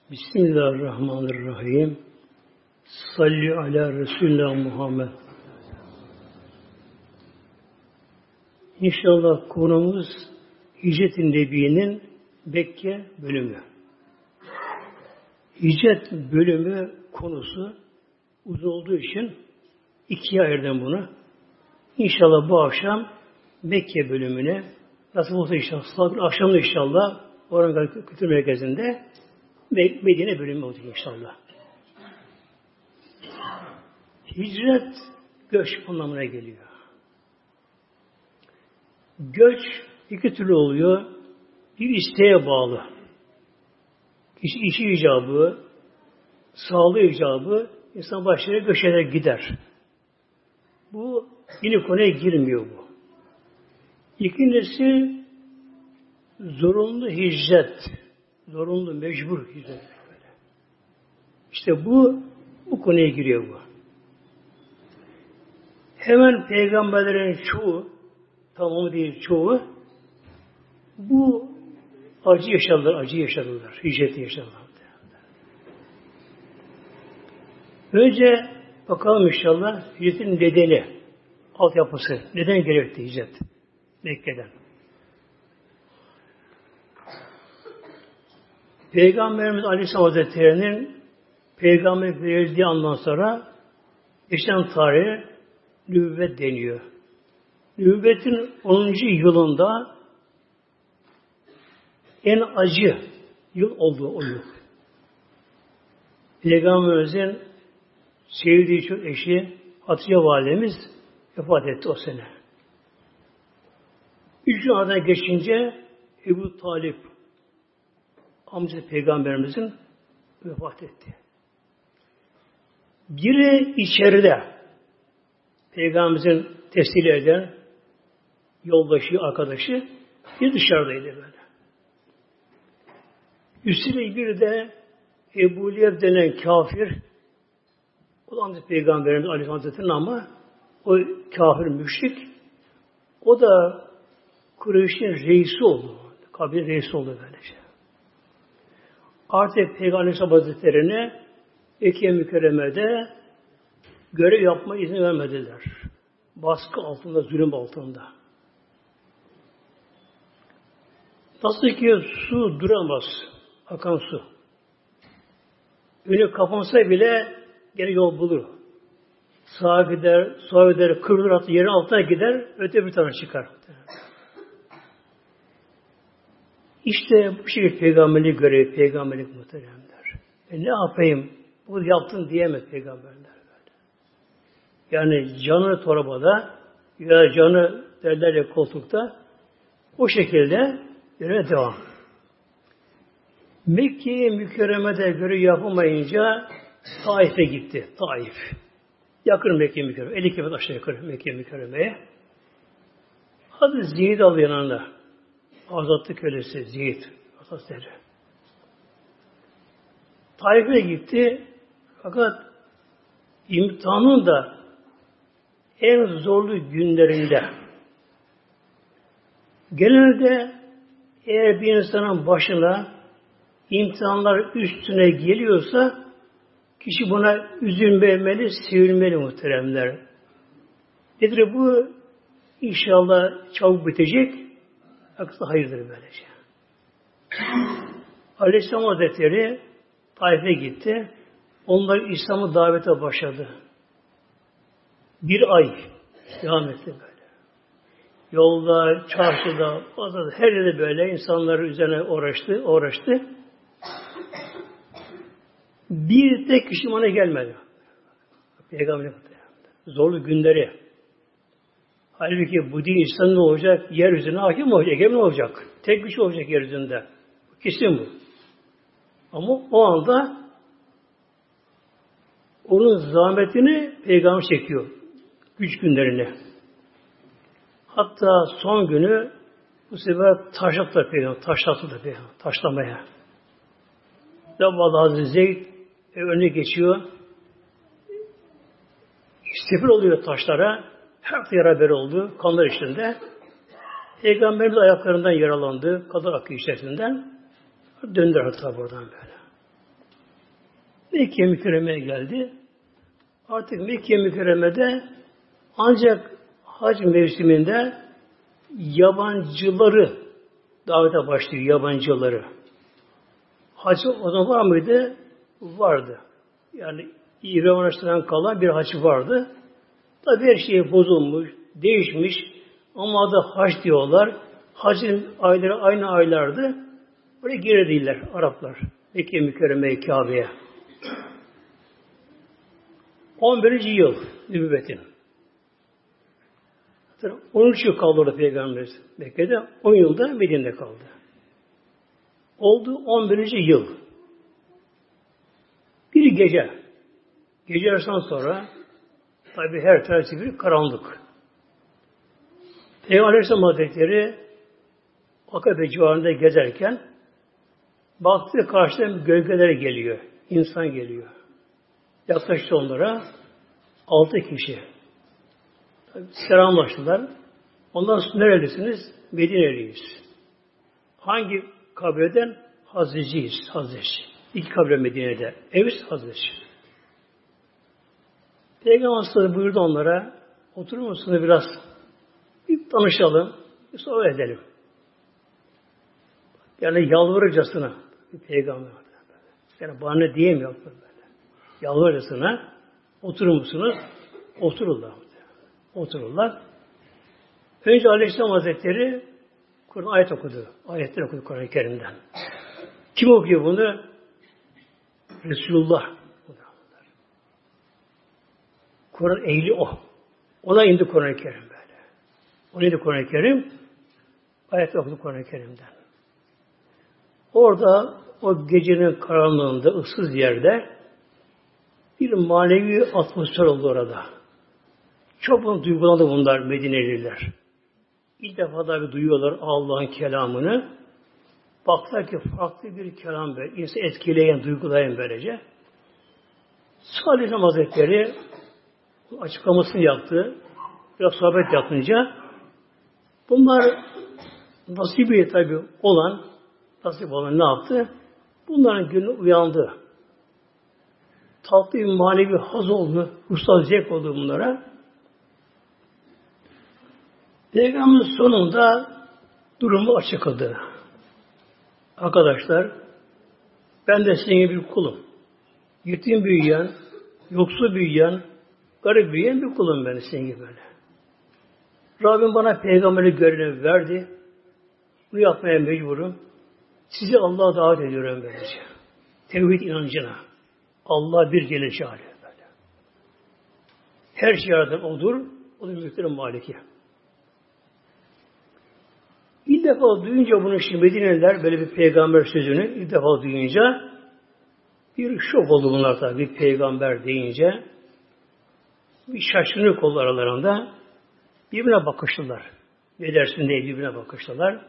Bismillahirrahmanirrahim. Salli ala Resulullah Muhammed. İnşallah konumuz Hicret-i Nebi'nin Mekke bölümü. Hicret bölümü konusu uzun olduğu için ikiye ayırdım bunu. İnşallah bu akşam Mekke bölümüne nasıl olsa inşallah akşamda inşallah Orhan Kültür Merkezi'nde Medine bölümü olacak inşallah. Hicret göç anlamına geliyor. Göç iki türlü oluyor. Bir isteğe bağlı. Kişi işi icabı, sağlığı icabı insan başlarına göç ederek gider. Bu yine konuya girmiyor bu. İkincisi zorunlu hicret. Zorunlu, mecbur hicret. İşte bu konuya giriyor bu. Hemen peygamberlerin çoğu, tamamı değil çoğu, bu acı yaşadılar, hicreti yaşadılar. Önce bakalım inşallah hicretin nedeni, altyapısı, neden gerekti hicret Mekke'den? Peygamberimiz Aleyhisselam Hazretleri'nin peygamberlik verildiği andan sonra geçen tarihe nübüvvet deniyor. Nübüvvetin 10. yılında en acı yıl olduğu o yıl. Peygamberimizin sevdiği çok eşi Hatice Validemiz vefat etti o sene. 3 aydan geçince Ebu Talip amcası Peygamberimizin vefat etti. Biri içeride Peygamberimizin teslim eden yoldaşı, arkadaşı, bir dışarıdaydı böyle. Üstüne bir de Ebu Leheb denen kafir, o da amcası Peygamberimiz Aleyhisselam Hazretleri'nin ama o kafir müşrik, o da Kureyş'in reisi oldu. Kabilenin reisi oldu böylece. Artık Peygamber Aleyhisselam Hazretleri'ne Mekke Mükerreme'de görev yapma izni vermediler. Baskı altında, zulüm altında. Nasıl ki su duramaz, akan su. Önü kapansa bile gene yol bulur. Sağa gider, sola gider, kıvrılır, yerin altına gider, öte bir tarafa çıkar. İşte bu şekilde peygamberlik görevi, peygamberlik muhteremler. Ne yapayım? Bu yaptın diyemez peygamberler. Böyle. Yani canı torbada ya canı derlerle koltukta o şekilde görev devam. Mekke'ye Mükerreme'de görev yapamayınca Taif'e gitti. Taif. Yakın Mekke Mükerreme. 50 km aşağı yukarı Mekke Mükerreme'ye. Adı Ziyid aldı yanında. Azatlı kölesi Ziyid. Hazretleri. Taif'e gitti. Fakat imtihanın da en zorlu günlerinde genelde eğer bir insanın başına imtihanlar üstüne geliyorsa kişi buna üzülmemeli, sevinmeli muhteremler. Nedir bu? İnşallah çabuk bitecek. Aksine hayırdır böylece. Aleyhisselam Hazretleri Taif'e gitti. Onlar İslam'ı davete başladı. 1 ay devam etti böyle. Yolda, çarşıda, pazarda, her yerde böyle insanlar üzerine uğraştı. Bir tek kişi bana gelmedi. Peygamber zorlu günleri. Halbuki bu din İslam ne olacak? Yeryüzüne hakim olacak, egemen olacak. Tek güç olacak yeryüzünde. Kesin bu. Ama o anda onun zahmetini Peygamber çekiyor. Güç günlerini. Hatta son günü bu sefer taşlattı Peygamber. Taşlamaya. Devvalı Hazreti Zeyd önüne geçiyor. Sefil oluyor taşlara. Her yara beri oldu. Kanlar içinde. Peygamberimiz ayaklarından yaralandı. Kadar akıyor içerisinden. Döndüler hatta buradan böyle. Mekke Mükerreme'ye geldi. Artık Mekke Mükerreme'de ancak hac mevsiminde yabancıları davete başlıyor, yabancıları. Hac o zaman var mıydı? Vardı. Yani İbrahim Aleyhisselam kalan bir hac vardı. Tabi her şey bozulmuş, değişmiş ama da hac diyorlar. Hacın ayları aynı aylardı. Böyle girdiler Araplar. Mekke Mükerreme Kabe'ye. 11. yıl nübüvvetin. 13 yıl kaldı orada Peygamberimiz Mekke'de. 10 yılda Medine'de kaldı. Oldu 11. yıl. Bir gece. Gece yarısından sonra tabi her tarafı bir karanlık. Peygamber Aleyhisselam Hazretleri Akabe civarında gezerken baktı karşıdan gölgeler geliyor. İnsan geliyor. Yaklaştı onlara. 6 kişi. Tabii selamlaştılar. Ondan sonra nerelisiniz? Medineliyiz. Hangi kabileden? Hazreciyiz. Hazreci. 2 kabile Medine'de. Evs Hazreci. Peygamber Aleyhisselam buyurdu onlara, oturur musunuz biraz? Bir tanışalım. Bir sohbet edelim. Yani yalvarırcasına bir peygamber. Yani bana ne diyemiyor böyle. Yalvarırcasına oturur musunuz? Otururlar. Otururlar. Önce Aleyhisselam Hazretleri Kur'an ayet okudu. Ayetler okudu Kur'an-ı Kerim'den. Kim okuyor bunu? Resulullah. Kur'an ehli o. Ona indi Kur'an-ı Kerim böyle. Ona indi Kur'an-ı Kerim. Ayetler okudu Kur'an-ı Kerim'den. Orada o gecenin karanlığında, ıssız yerde bir manevi atmosfer oldu orada. Çok duygulandı bunlar Medineliler. İlk defa da bir duyuyorlar Allah'ın kelamını. Baktılar ki farklı bir kelam böyle. İnsanı etkileyen, duygulayan böylece. Salih Hazretleri açıklamasını yaptı. Biraz sohbet yapınca bunlar nasip olan ne yaptı? Bunların günü uyandı. Tatlı bir manevi haz oldu, ruhsal zevk oldu bunlara. Peygamberin sonunda durumu açıkladı. Arkadaşlar, ben de sizin gibi bir kulum. Yetim büyüyen, yoksul büyüyen, garip büyüyen bir kulum ben sizin gibi böyle. Rabbim bana peygamberlik görevini verdi. Bunu yapmaya mecburum. Sizi Allah'a davet ediyorum böylece. Tevhid inancına. Allah bir Celle Celaluhu böyle. Her şey yaratan O'dur. O da mülklerin maliki. İlk defa duyunca bunu şimdi Medineliler böyle bir peygamber sözünü ilk defa duyunca bir şok oldu bunlar tabi. Bir peygamber deyince bir şaşkınlık oldu aralarında. Birbirine bakıştılar. Ne dersin diye birbirine bakıştılar.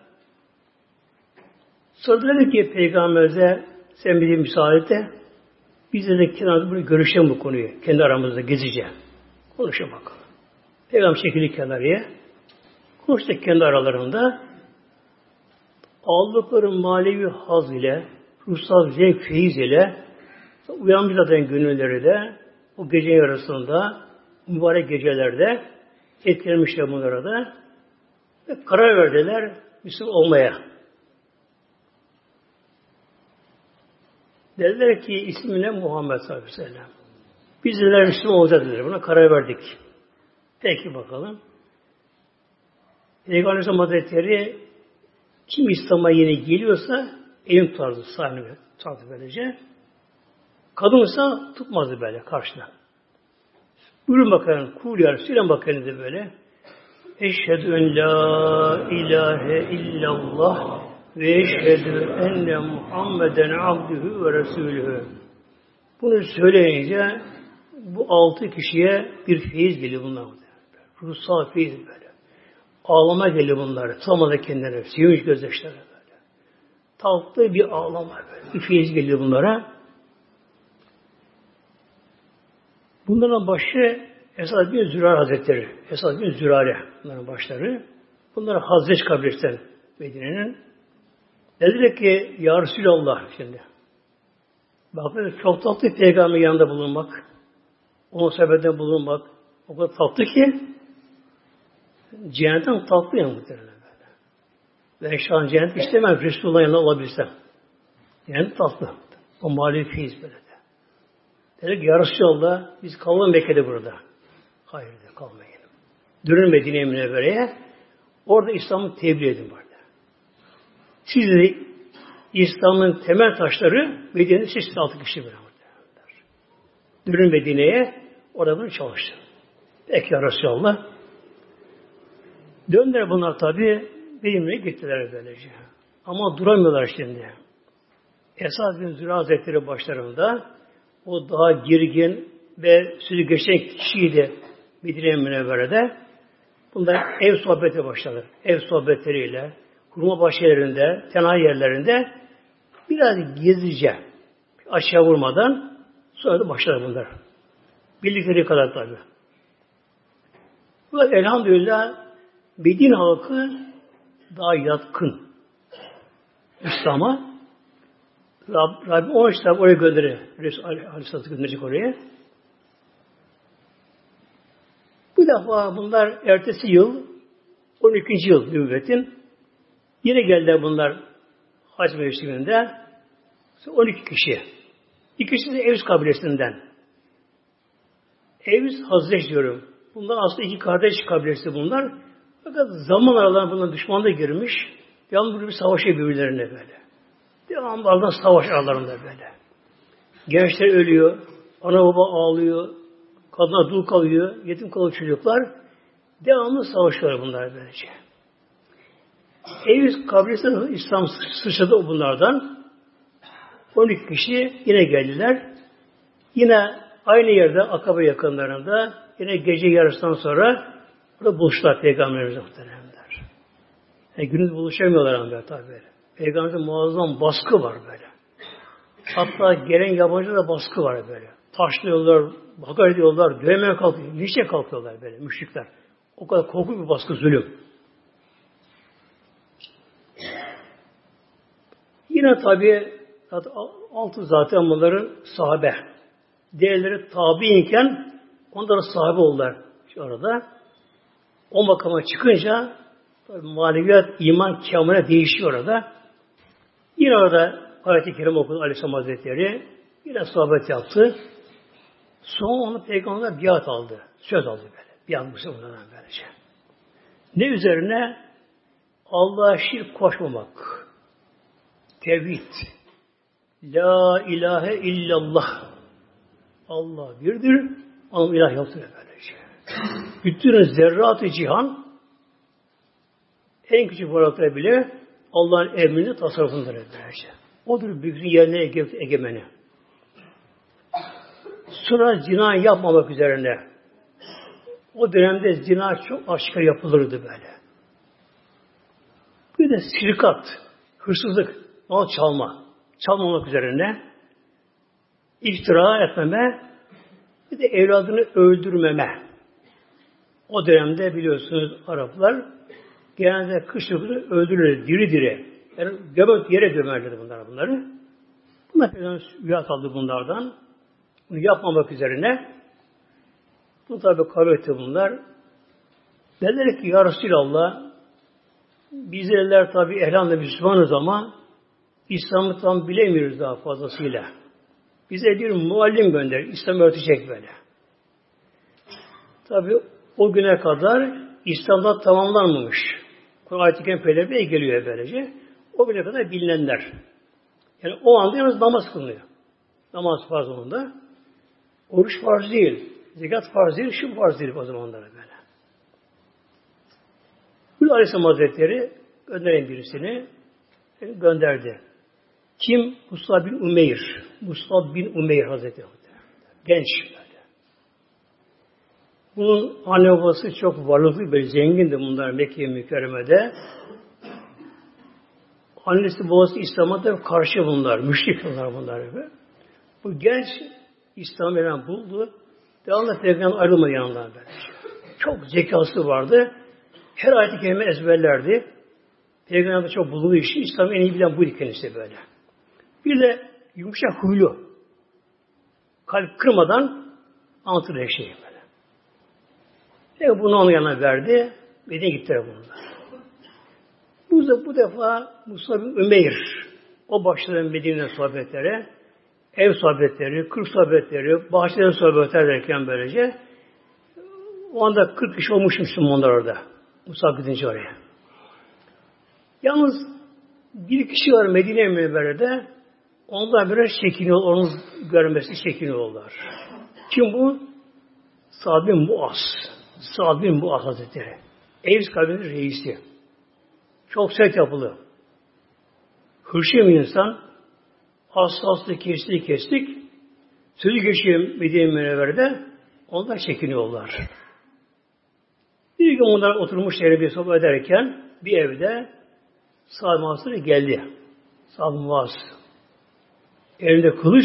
Sonra dedi ki Peygamber'e sen bize müsaade et de biz de kenarda böyle görüşelim bu konuyu. Kendi aramızda gezice. Konuşalım bakalım. Peygamber çekildi kenarıya. Konuştuk kendi aralarında. Aldıkları manevi haz ile, ruhsal zevk, feyiz ile uyanmış zaten gönülleri de o gece yarısında, mübarek gecelerde etkilemişler bunlara da ve karar verdiler Müslüman olmaya. Dediler ki ismine Muhammed sallallahu aleyhi ve sellem. Biz dediler Müslüman olacağız dediler. Buna karar verdik. Peki bakalım. Peygamber Aleyhisselam Hazretleri kim İslam'a yeni geliyorsa elini tutardı sahibi tutardı böylece. Kadınsa tutmazdı böyle karşıdan. Buyurun bakalım. Kul ya Resulallah bakalım de böyle. Eşhedü en la ilahe illallah ve eşhedü enne Muhammeden abdühü ve resulühü. Bunu söyleyince bu 6 kişiye bir feyiz geliyor bunlar. Ruhsal feyiz böyle. Ağlama geliyor bunlar. Tutamadı kendilerine. Sevinç gözyaşları böyle. Tatlı bir ağlama böyle. Bir feyiz geliyor bunlara. Bunların başı Esad bin Zürare Hazretleri. Esad bin Zürare bunların başları. Bunlar Hazreç kabristen Medine'nin. Dediler ki Ya Resulallah şimdi. Bakın çok tatlı peygamber yanında bulunmak. Onun sohbetinde bulunmak. O kadar tatlı ki cennetten tatlı yani muhtemelen böyle. Ben şu an cennet istemem. Resulullah'ın yanında olabilsem. Cennet tatlı. O mali fiiz böyle de. Dedik ya Resulallah biz kalalım Mekke'de burada. Hayır de kalmayın. Dönün Medine'ye Münevvere'ye. Orada İslam'ı tebliğ edin böyle. Siz de İslam'ın temel taşları Medine'de siz 6 kişi böyle. Dönün Medine'ye orada bunu çalıştı. Peki ya Resulallah. Döndüler bunlar tabi benimle gittiler böylece. Ama duramıyorlar şimdi. Esad bin Züra Hazretleri başlarında o daha girgin ve sözü geçen kişiydi Medine-i Münevvere'de. Bunlar ev sohbeti başladı. Ev sohbetleriyle, hurma bahçelerinde, tenayi yerlerinde biraz gizlice aşağı vurmadan sonra da başladı bunlar. Bildikleri kadar tabi. Bu elhamdülillah Medine halkı daha yatkın İslam'a. Rabbim o işte oraya gönderir. Resul Aleyhisselatü gönderecek oraya. Bu defa bunlar ertesi yıl 12. yıl nübüvvetin yine geldiler bunlar hac mevsiminde 12 kişi. İkisi de Evs kabilesinden. Evs Hazreç diyorum. Bunlar aslında iki kardeş kabilesi bunlar. Fakat zaman aralarında bunlar düşmanlığa girmiş. Yalnız bir savaşıyor birbirlerine böyle. Devamlı aradan savaş aralarında böyle. Gençler ölüyor. Ana baba ağlıyor. Kadınlar dul kalıyor. Yetim kalıyor çocuklar. Devamlı savaşıyorlar bunlar böylece. Evs kabilesi İslam sıçradı bunlardan. 12 kişi yine geldiler. Yine aynı yerde Akabe yakınlarında yine gece yarısından sonra burada buluştular Peygamberimiz muhteremler. Yani gündüz buluşamıyorlar ama tabi. Peygamberimizin muazzam baskı var böyle. Hatta gelen yabancı da baskı var böyle. Taşlıyorlar, bakar ediyorlar, dövmeye kalkıyor. Niçin kalkıyorlar böyle müşrikler? O kadar korkunç bir baskı, zulüm. Yine tabi altı zaten bunların sahabe. Diğerleri tabiinken onlara sahabe oldular şu arada. O makama çıkınca maneviyat, iman, kâmına değişiyor orada. Yine orada ayet-i kerim okudu Aleyhisselam Hazretleri. Yine sohbet yaptı. Sonra onu Peygamber'e biat aldı. Söz aldı böyle. Biat mısı bundan böylece. Ne üzerine? Allah'a şirk koşmamak. Tevhid. La ilahe illallah. Allah birdir. Ama ilah yoktur böylece. Bütün zerrat-ı cihan en küçük varlıklar bile Allah'ın emrinde tasarrufundadır böylece. Odur bütün yerine egemeni. Sonra zina yapmamak üzerine. O dönemde zina çok aşikar yapılırdı böyle. Bir de sirkat, hırsızlık, mal çalma. Çalmamak üzerine iftira etmeme, bir de evladını öldürmeme. O dönemde biliyorsunuz Araplar genelde kışlıkları öldürürler diri diri. Yani yere gömerlerdi bunları. Bunlar Peygamber biat aldı bunlardan. Bunu yapmamak üzerine. Bu tabi kabul etti bunlar. Dediler ki ya Resulallah bizler tabi elhamdülillah Müslümanız ama İslam'ı tam bilemiyoruz daha fazlasıyla. Bize bir muallim gönder. İslam öğretecek böyle. Tabi o güne kadar İslam'da tamamlanmamış. Kur'an ayet-i kerim peyderpey geliyor böylece. O güne kadar bilinenler. Yani o anda yalnız namaz kılınıyor. Namaz farz onda. Oruç farz değil. Zekat farz değil. Şu farz değil o zamanlara böyle. Bu Aleyhisselam Hazretleri gönderen birisini gönderdi. Kim? Musab bin Umeyr. Musab bin Umeyr Hazretleri. Genç böyle. Bunun anne babası çok varlıklı ve zengindi bunlar Mekke-i Mükerreme'de. Annesi babası İslam'a da karşı bunlar. Müşrik bunlar. Bu genç İslam'ı buldu. Devamlı Peygamber ayrılmadı yanından böyle. Çok zekası vardı. Her ayet-i kerime ezberlerdi. Peygamber çok bulduğu işi İslam'ı en iyi bilen buydu kendisi böyle. Bir de yumuşak huylu. kalp kırmadan anlatır her şeyi böyle. Ve bunu onun yanına verdi. Medine'ye gittiler bunlar. Bu defa Musab bin Ümeyr o başladı Medine'nin sohbetlere, ev sohbetleri, 40 sohbetleri, bahçelerin sohbetleri derken böylece o anda 40 kişi olmuş Müslümanlar orada. Musab gidince oraya. Yalnız bir kişi var Medine Münevvere'de. Ondan biraz çekiniyor, onun görmesi çekiniyorlar. Kim bu? Sa'd bin Muaz. Sa'd bin Muaz Hazretleri. Evs kabilenin reisi. Çok sert yapılı. Hırçın bir insan. Hassaslı kestik. Sözü geçiyor Medine Münevvere'de. Ondan çekiniyorlar. Bir gün onlar oturmuş yere bir sohbet ederken bir evde Sa'd Muaz'ı geldi. Sa'd Muaz. Elinde kılıç,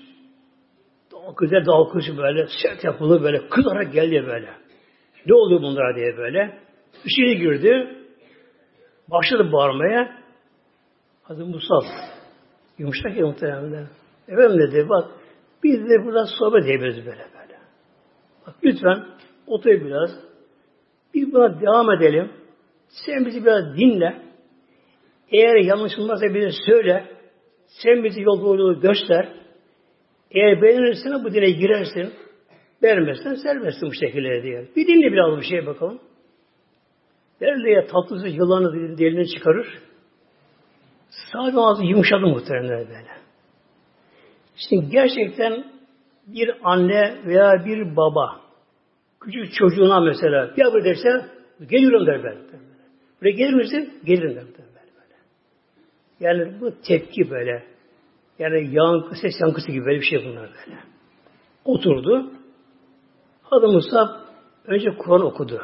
güzel dal kılıcı böyle, sert yapılı böyle, kızarak geldi böyle. Ne oluyor bunlara diye böyle. İçeri girdi, başladı bağırmaya. Hazreti Musab, yumuşak ya muhtemelen. Efendim dedi, bak, biz de burada sohbet edebiliriz böyle. Bak lütfen, otur biraz, biz buna devam edelim. Sen bizi biraz dinle. Eğer yanlışın varsa bize söyle. Sen bizi yolu göster. Eğer beğenirsen bu dine girersin. Beğenmezsen serbestsin bu şekilde diye. Bir dinle biraz bir şey bakalım. Derle ya tatlısı yılanı dilinden çıkarır. Sadece ağzı yumuşadı muhtemelen böyle. İşte gerçekten bir anne veya bir baba küçük çocuğuna mesela ya bu derse geliyorum der ben. Buraya gelir misin? Gelirim der. Yani bu tepki böyle. Yani yankı, ses yankısı gibi böyle bir şey bunlar böyle. Oturdu. Hazreti Musab önce Kur'an okudu.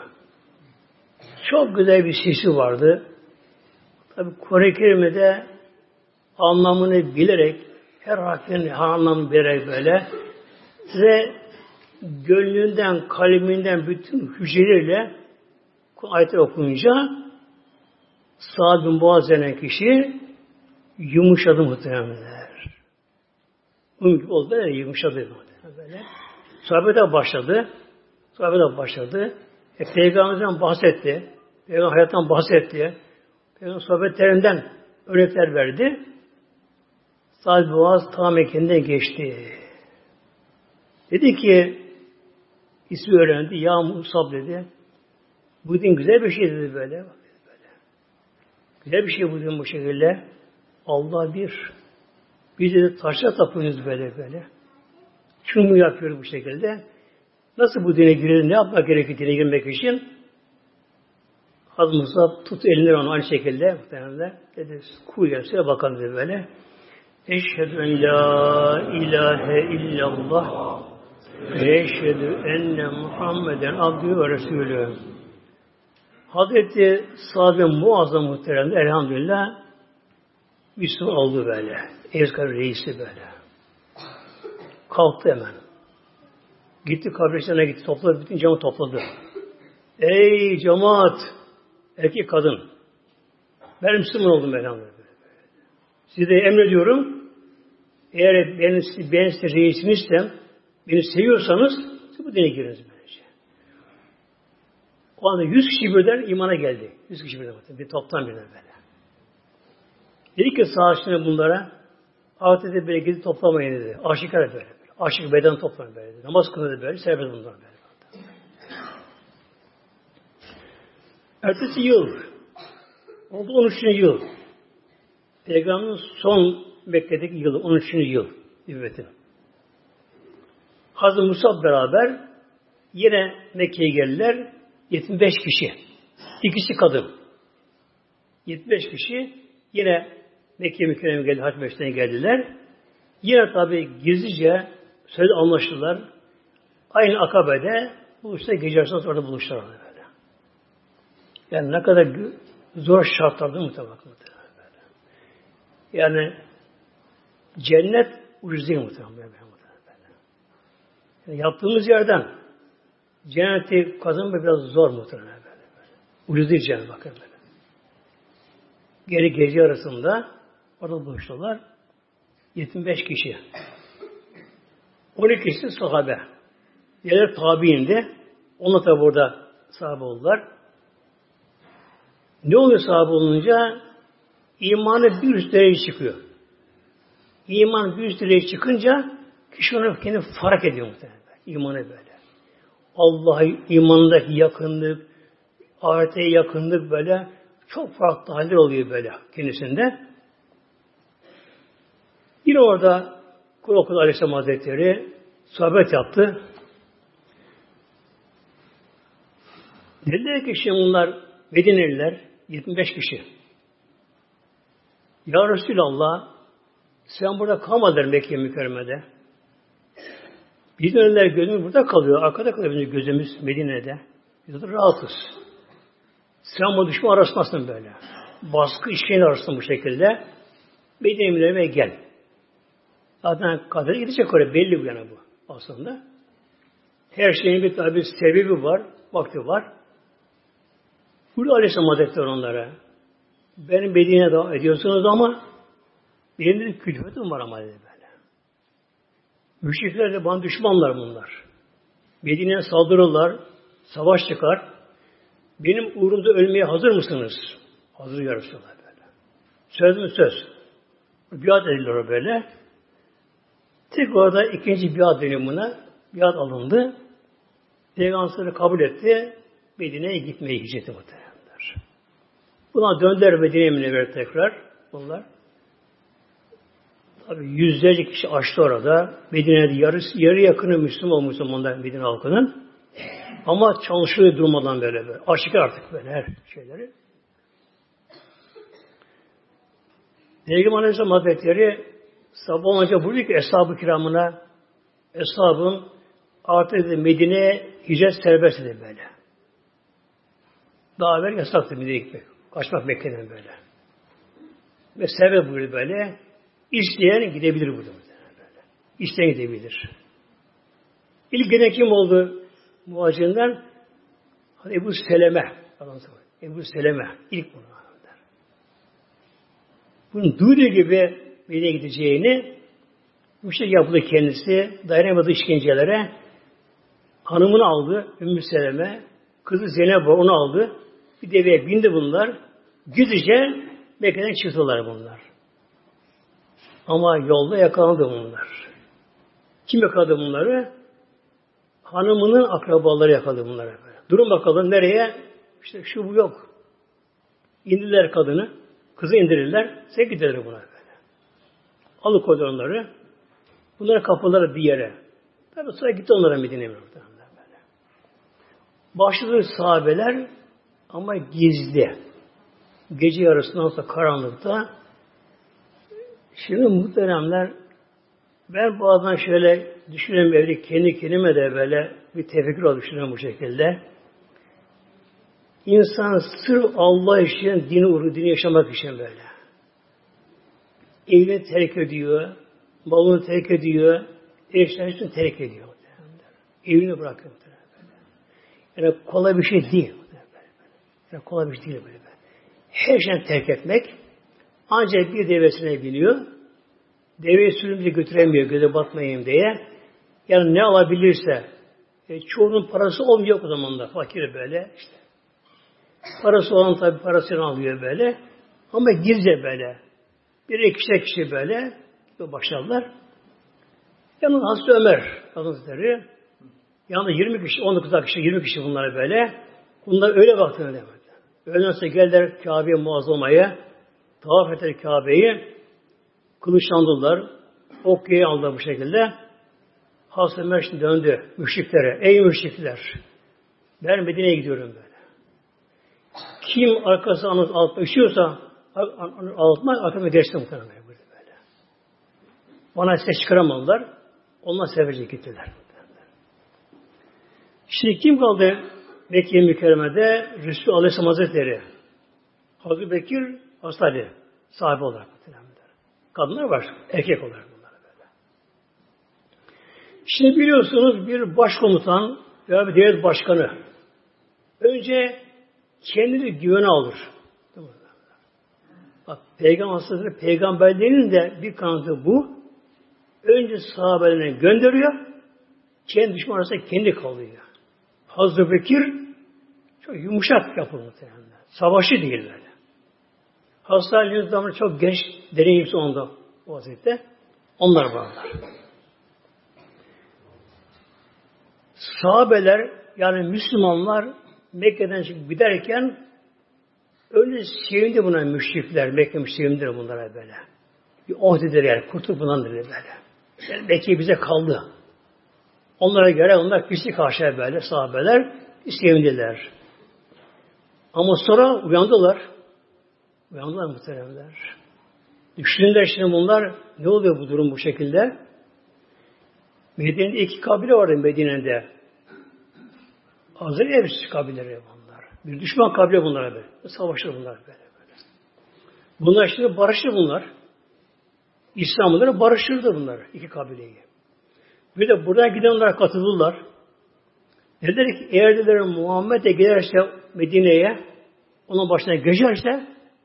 Çok güzel bir sesi vardı. Tabi Kur'an-ı Kerim'de anlamını bilerek, her harfinin anlamını bilerek böyle size gönlünden, kalbinden bütün hücreleriyle ayetleri okuyunca Sa'd bin Muaz denen kişi yumuşadı muhtemelenler. Mümkün oldu böyle yumuşadı böyle. Sohbete başladı. Peygamberimizden bahsetti. Peygamber hayattan bahsetti. Peygamber sohbetlerinden örnekler verdi. Sa'd bin Muaz tam kendinden geçti. Dedi ki ismi öğrendi. Ya Musab dedi. Bu din güzel bir şey dedi böyle. Güzel bir şey bu din bu şekilde. Allah bir. Biz de taşla tapıyoruz böyle. Şunu mu yapıyoruz bu şekilde? Nasıl bu dine girelim? Ne yapmak gerekir dine girmek için? Hazreti Musa tut elinden onu aynı şekilde muhtemelen dedi. Kuyuya söyle bakalım dedi böyle. Eşhedü en la ilahe illallah ve eşhedü enne Muhammeden abdühü ve resulü. Hazreti Sa'd bin Muaz'ın muhteremde elhamdülillah Müslüman oldu böyle. Evskar reisi böyle. Kalktı hemen. Gitti kabristana gitti. Topladı. Bütün cemaat topladı. Ey cemaat! Erkek kadın. Ben Müslüman oldum elhamdülillah. Size emrediyorum. Eğer ben size reisinizsem, beni seviyorsanız siz bu dine giriniz böylece. O anda 100 kişi birden imana geldi. 100 kişi birden. Bir toptan birden böyle. Dedi ki sahaçlarına bunlara ahirette böyle gidip toplamayın dedi. Aşıklar böyle. Aşık beden toplamayın böyle dedi. Namaz kılın böyle. Serbest bunlar böyle. Ertesi yıl oldu 13. yıl. Peygamberin son Mekke'deki yılı 13. yıl nübüvveti. Hazreti Musab beraber yine Mekke'ye geldiler. 75 kişi. İkisi kadın. 75 kişi yine Mekke mükerreme geldi. Hac Meşri'ne geldiler. Yine tabi gizlice söyle anlaştılar. Aynı Akabe'de buluşta gece yarısında orada buluştular. Böyle. Yani ne kadar zor şartlarda mutlaka. Yani cennet ucuz değil muhtemelen. Yani yaptığımız yerden cenneti kazanmak biraz zor muhtemelen. Ucuz değil cennet bakın böyle. Geri gece arasında orada buluştular. 75 kişi. 12'si sahabe. Diğerleri tabiindi. Onlar tabi burada sahabe oldular. Ne oluyor sahabe olunca? İmanı bir üst derece çıkıyor. İman bir üst derece çıkınca kişi onu kendini fark ediyor muhtemelen. İmanı böyle. Allah'a imandaki yakınlık, ahirete yakınlık böyle çok farklı haller oluyor böyle kendisinde. Yine orada Kul okudu Aleyhisselam Hazretleri sohbet yaptı. Dediler ki şimdi bunlar Medineliler 75 kişi. Ya Resulallah sen burada kalmadın Mekke mükerremede. Medineliler gözümüz burada kalıyor. Arkada kalıyor bizim gözümüz Medine'de. Biz de rahatız. Sen bu düşman arasındasın böyle. Baskı işlerini arasında bu şekilde. Medine'ye gel. Zaten kadere gidecek oraya. Belli bu yana bu aslında. Her şeyin bir tabi sebebi var. Vakti var. Burada Aleyhisselam Hazretleri onlara benim Medine'ye davet ediyorsunuz ama benim de külfetim var ama dedi böyle. Müşrikler de bana düşmanlar bunlar. Medine'ye saldırırlar. Savaş çıkar. Benim uğrumda ölmeye hazır mısınız? Hazır ya Resulallah böyle. Söz mü söz? Biat edildiler böyle. Tek orada ikinci biat dönüyor buna. Biat alındı. Peygamber'i kabul etti. Medine'ye gitmeye hicreti muhtemelenler. Buna döndüler Medine'ye münevver tekrar. Bunlar. Tabi yüzlerce kişi açtı orada. Medine'de yarı yakını Müslümanlar Medine halkının. Ama çalışıyor durmadan böyle. Aşikar artık böyle her şeyleri. Peygamber Aleyhisselam Hazretleri sabah olunca buyuruyor ki Eshab-ı Kiramına Eshabın artık Medine'ye hicret serbest dedi böyle. Daha evvel yasaktı Medine'ye gitmek. Kaçmak Mekke'den böyle. Ve serbest buyuruyor böyle. İsteyen gidebilir burada. Böyle. İsteyen gidebilir. İlk gelen kim oldu muhacirinden? Ebu Seleme. Ebu Seleme. İlk bunu. Bunun duyduğu gibi Medine'ye gideceğini müşrik yaptı kendisi. Dayanamadığı işkencelere hanımını aldı. Ümmü Seleme. Kızı Zeynep var. Onu aldı. Bir deveye bindi bunlar. Gizlice Mekke'den çıktılar bunlar. Ama yolda yakalandı bunlar. Kim yakaladı bunları? Hanımının akrabaları yakaladı bunları. Durun bakalım nereye? İşte şu bu yok. İndiler kadını. Kızı indirirler. Sen giderler buna böyle. Alıkoydular onları. Bunları kapıları bir yere. Tabi sonra gitti onlara Medine'ye böyle. Başladı sahabeler ama gizli. Gece yarısından sonra karanlıkta. Şimdi muhteremler ben bazen şöyle düşünüyorum evde kendi kendime de böyle bir tefekkür oluşturuyorum bu şekilde. İnsan sırf Allah için dini yaşamak için böyle. Evini terk ediyor, malını terk ediyor, eşlerini için terk ediyor. Evini bırakıyor. Yani kolay bir şey değil. Yani kolay bir şey değil böyle. Her şeyi terk etmek ancak bir devesine biniyor. Deveyi sürümüze götüremiyor göze batmayayım diye. Yani ne alabilirse çoğunun parası olmuyor o zaman da fakir böyle işte. Parası olan tabi parasını alıyor böyle. Ama gizli böyle. Bir ikişer kişi böyle başladılar. Yanında Hazreti Ömer Hazretleri yanında 20 kişi, 19 kişi, 20 kişi bunlar böyle. Bunlar öyle baktığını demedi. Öğleden sonra geldiler Kabe'ye muazzamaya. Tavaf ettiler Kabe'yi. Kılıçlandılar. Okya'yı aldılar bu şekilde. Hazreti Ömer şimdi döndü müşriklere. Ey müşrikler! Ben Medine'ye gidiyorum böyle. Kim arkasını altına üşüyorsa altına arkasına geçti muhtemelen böyle. Bana ses çıkaramadılar. Onlar seferce gittiler. Şimdi kim kaldı Mekke-i Mükerreme'de? Resulü Aleyhisselam Hazretleri. Hazreti Bekir, Hazreti Ali. Sahibi olarak. Kadınlar var. Erkek olarak bunlar böyle. Şimdi biliyorsunuz bir başkomutan veya bir devlet başkanı önce kendini güvene alır. Bak peygamberlerin de bir kanadı bu. Önce sahabelerine gönderiyor. kendi düşman arasında kendi kalıyor. Hazreti Bekir çok yumuşak yapılmış muhtemelen. Savaşı değil böyle. Hazreti Ali'nin zamanı çok genç, deneyimsiz onda o vaziyette. Onlar varlar. Sahabeler yani Müslümanlar Mekke'den çıkıp giderken öyle sevindi buna müşrikler. Mekke sevindi bunlara böyle. Bir dediler yani. Kurtul bundan dediler böyle. Yani Mekke bize kaldı. Onlara göre onlar pislik karşıya böyle sahabeler sevindiler. Ama sonra uyandılar. Uyandılar muhteremler. Düşündüler şimdi bunlar ne oluyor bu durum bu şekilde? Medine'de 2 kabile vardı Medine'de. Hazır Evs kabileleri bunlar. Bir düşman kabile bunlara böyle. Savaşır bunlar böyle. Bunlar şimdi barışır bunlar. İslamlıları barıştırdı bunlar 2 kabileyi. Bir de buradan gidenler katıldılar. Dediler ki eğer dediler Muhammed'e giderse Medine'ye onun başına geçerse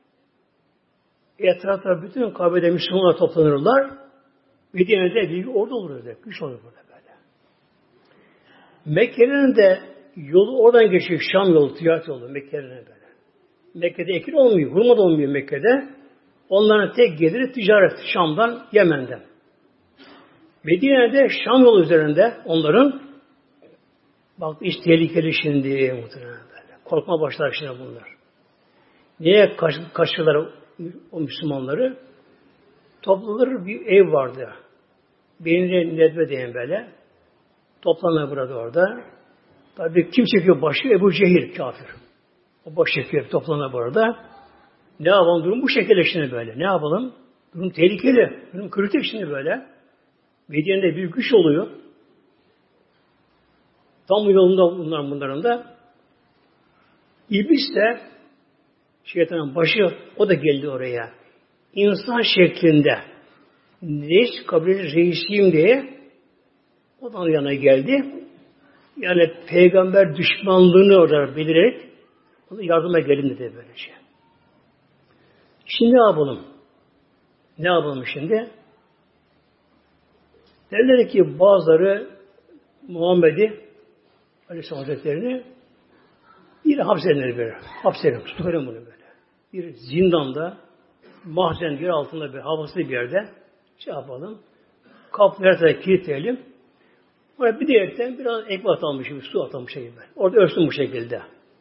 etrafta bütün kabilede Müslümanlar toplanırlar. Medine'de bir ordu olur dedi. Güç olur burada böyle. Mekke'nin de yolu oradan geçiyor. Şam yolu, ticaret yolu Mekke'nin böyle. Mekke'de ekin olmuyor. Hurma da olmuyor Mekke'de. Onların tek geliri ticaret. Şam'dan, Yemen'den. Medine'de Şam yolu üzerinde onların bak iş tehlikeli şimdi muhtemelen böyle. Korkma başlar şimdi bunlar. Niye kaçırlar o Müslümanları? Toplanır bir ev vardı. Beynine nedve diyen böyle. Toplanır burada orada. Tabii kim çekiyor başı? Ebu Cehil kafir. O baş çekiyor toplanır burada. Ne yapalım? Durum bu şekilde şimdi böyle. Ne yapalım? Durum tehlikeli. Durum kritik şimdi böyle. Medine'de bir güç oluyor. Tam yolunda bunların da. İblis de şeytanın başı o da geldi oraya. İnsan şeklinde reis kabili reisiyim diye o da yana geldi. Yani peygamber düşmanlığını orada belirerek onu yardıma gelin dedi böylece. Şimdi ne yapalım? Ne yapalım şimdi? Derler ki bazıları Muhammed'i Aleyhisselam Hazretleri'ni bir hapsedenleri böyle. Hapsedelim, tutuvelim bunu böyle. Bir zindanda, mahzen yer altında bir havaslı bir yerde şey yapalım. Kapıları da kilitleyelim. Oraya bir diyerekten biraz ekmek atalmış gibi, su atalmış gibi. Orada ölsün bu şekilde.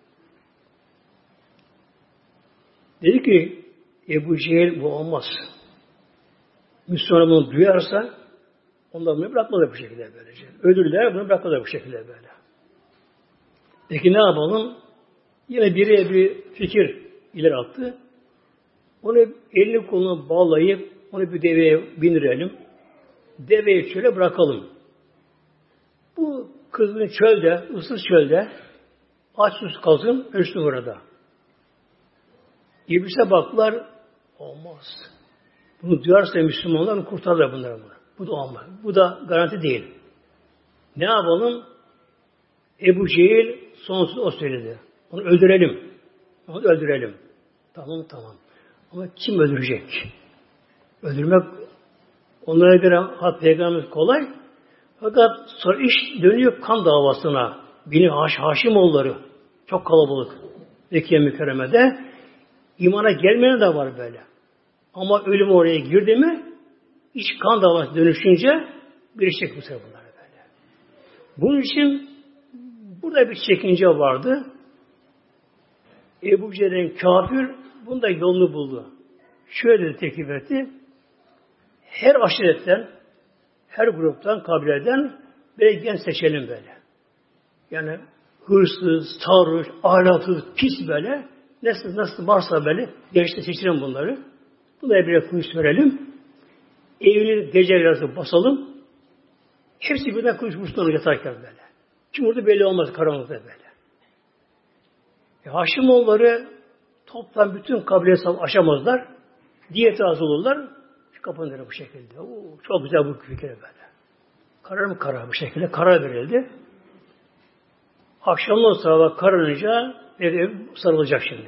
Dedi ki Ebu Cehil bu olmaz. Müslüman bunu duyarsa onlar bunu bırakmadılar bu şekilde böylece. Öldürdüler bunu bırakmadılar bu şekilde böyle. Peki ne yapalım? Yine biri bir fikir ileri attı. Onu elini kolunu bağlayıp onu bir deveye bindirelim. Deveyi çöle bırakalım. Bu kızgın çölde, ıssız çölde aç sus kalsın, ölsün burada. İblise baktılar, olmaz. Bunu duyarsa Müslümanlar kurtarırlar bunları. Bu da olmaz. Bu da garanti değil. Ne yapalım? Ebu Cehil sonsuz o söyledi. Onu öldürelim. Onu öldürelim. Tamam. Ama kim öldürecek? Öldürmek onlara göre peygamberimiz kolay. Fakat sonra iş dönüyor kan davasına. Bini Haşimoğulları çok kalabalık. Mekke mükerremede imana gelmeyen de var böyle. Ama ölüm oraya girdi mi iş kan davası dönüşünce birleşecek bu sefer bunlar böyle. Bunun için burada bir çekince vardı. Ebu Cehil'in kafir bunda yolunu buldu. Şöyle dedi, teklif etti. Her aşiretten, her gruptan, kabileden böyle genç seçelim böyle. Yani hırsız, sarhoş, ahlaksız, pis böyle. Nasıl varsa böyle gençte seçelim bunları. Bunlara bir kılıç verelim. Evini gece yarısı basalım. Hepsi birden kılıç vursunlar yatarken böyle. Kim orada belli olmaz karanlıkta böyle. Haşimoğulları toplam bütün kabileyi aşamazlar. Diyet razı olurlar. Kapanır bu şekilde. Çok güzel bu fikir böyle. Karar mı karar bu şekilde? Karar verildi. Akşamdan sonra kararınca ev sarılacak şimdi.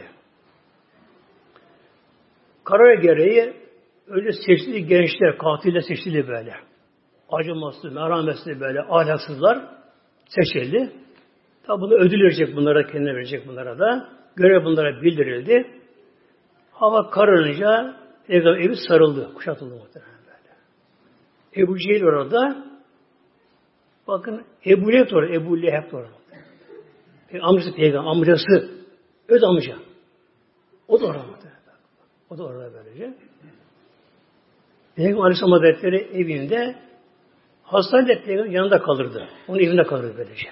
Karar gereği öyle seçili gençler, katille seçili böyle. acımasız, merhametsiz böyle ahlaksızlar seçildi. Tabi bunu ödül verecek bunlara, kendine verecek bunlara da. Görev bunlara bildirildi. Hava kararınca Peygamber evi sarıldı, kuşatıldı muhtemelen böyle. Ebu Cehil orada, bakın Ebu Leheb orada, Ebu Leheb orada. Amcası Peygamber, amcası, öz amca. O da orada muhtemelen. O da orada böylece. Peygamber Aleyhisselam Hazretleri evinde hastayla Peygamber yanında kalırdı. Onun evinde kalırdı böylece.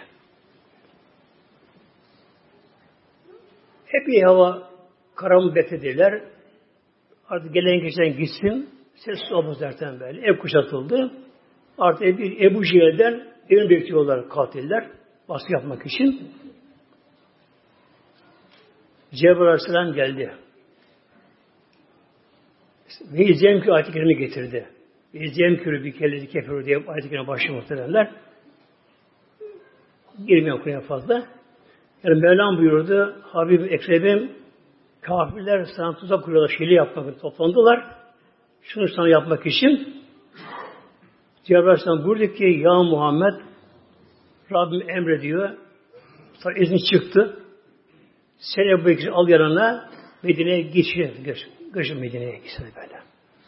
Hep iyi hava karanlık beklediler. Artık gelen geçen gitsin. Ses olmaz derken böyle. Ev kuşatıldı. Artık Ebu Cehil'den evini bekliyorlar katiller. Baskı yapmak için. Cebrail Aleyhisselam geldi. Ve izleyemkürü ayet-i kerime getirdi. Ve izleyemkürü bir kellezi keferu diye ayet-i kerime başlıyor muhtemelenler. Girmiyor konuya fazla. Yani Mevlam buyurdu, Habib-i Ekrem'im kafirler sana tuzak kuruyorlar, şöyle yapmak için toplandılar. Şunu sana yapmak için Cebrail Aleyhisselam buyurdu ki ya Muhammed Rabbim emrediyor. Sonra izni çıktı. Sen Ebu Bekir'i al yanına Medine'ye geçin Medine'ye gitsin böyle.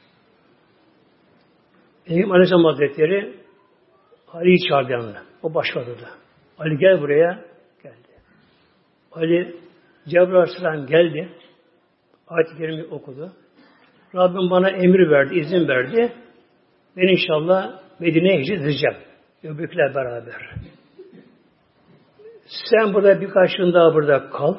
Peygamber Aleyhisselam Hazretleri Ali'yi çağırdı yanına. O başladı. Ali gel buraya. Geldi. Ali Cebrail Aleyhisselam geldi. Ayet-i Kerime'yi okudu. Rabbim bana emir verdi, izin verdi. Ben inşallah Medine'ye hicret edeceğim. Ebu Bekir'le beraber. Sen burada birkaç gün daha burada kal.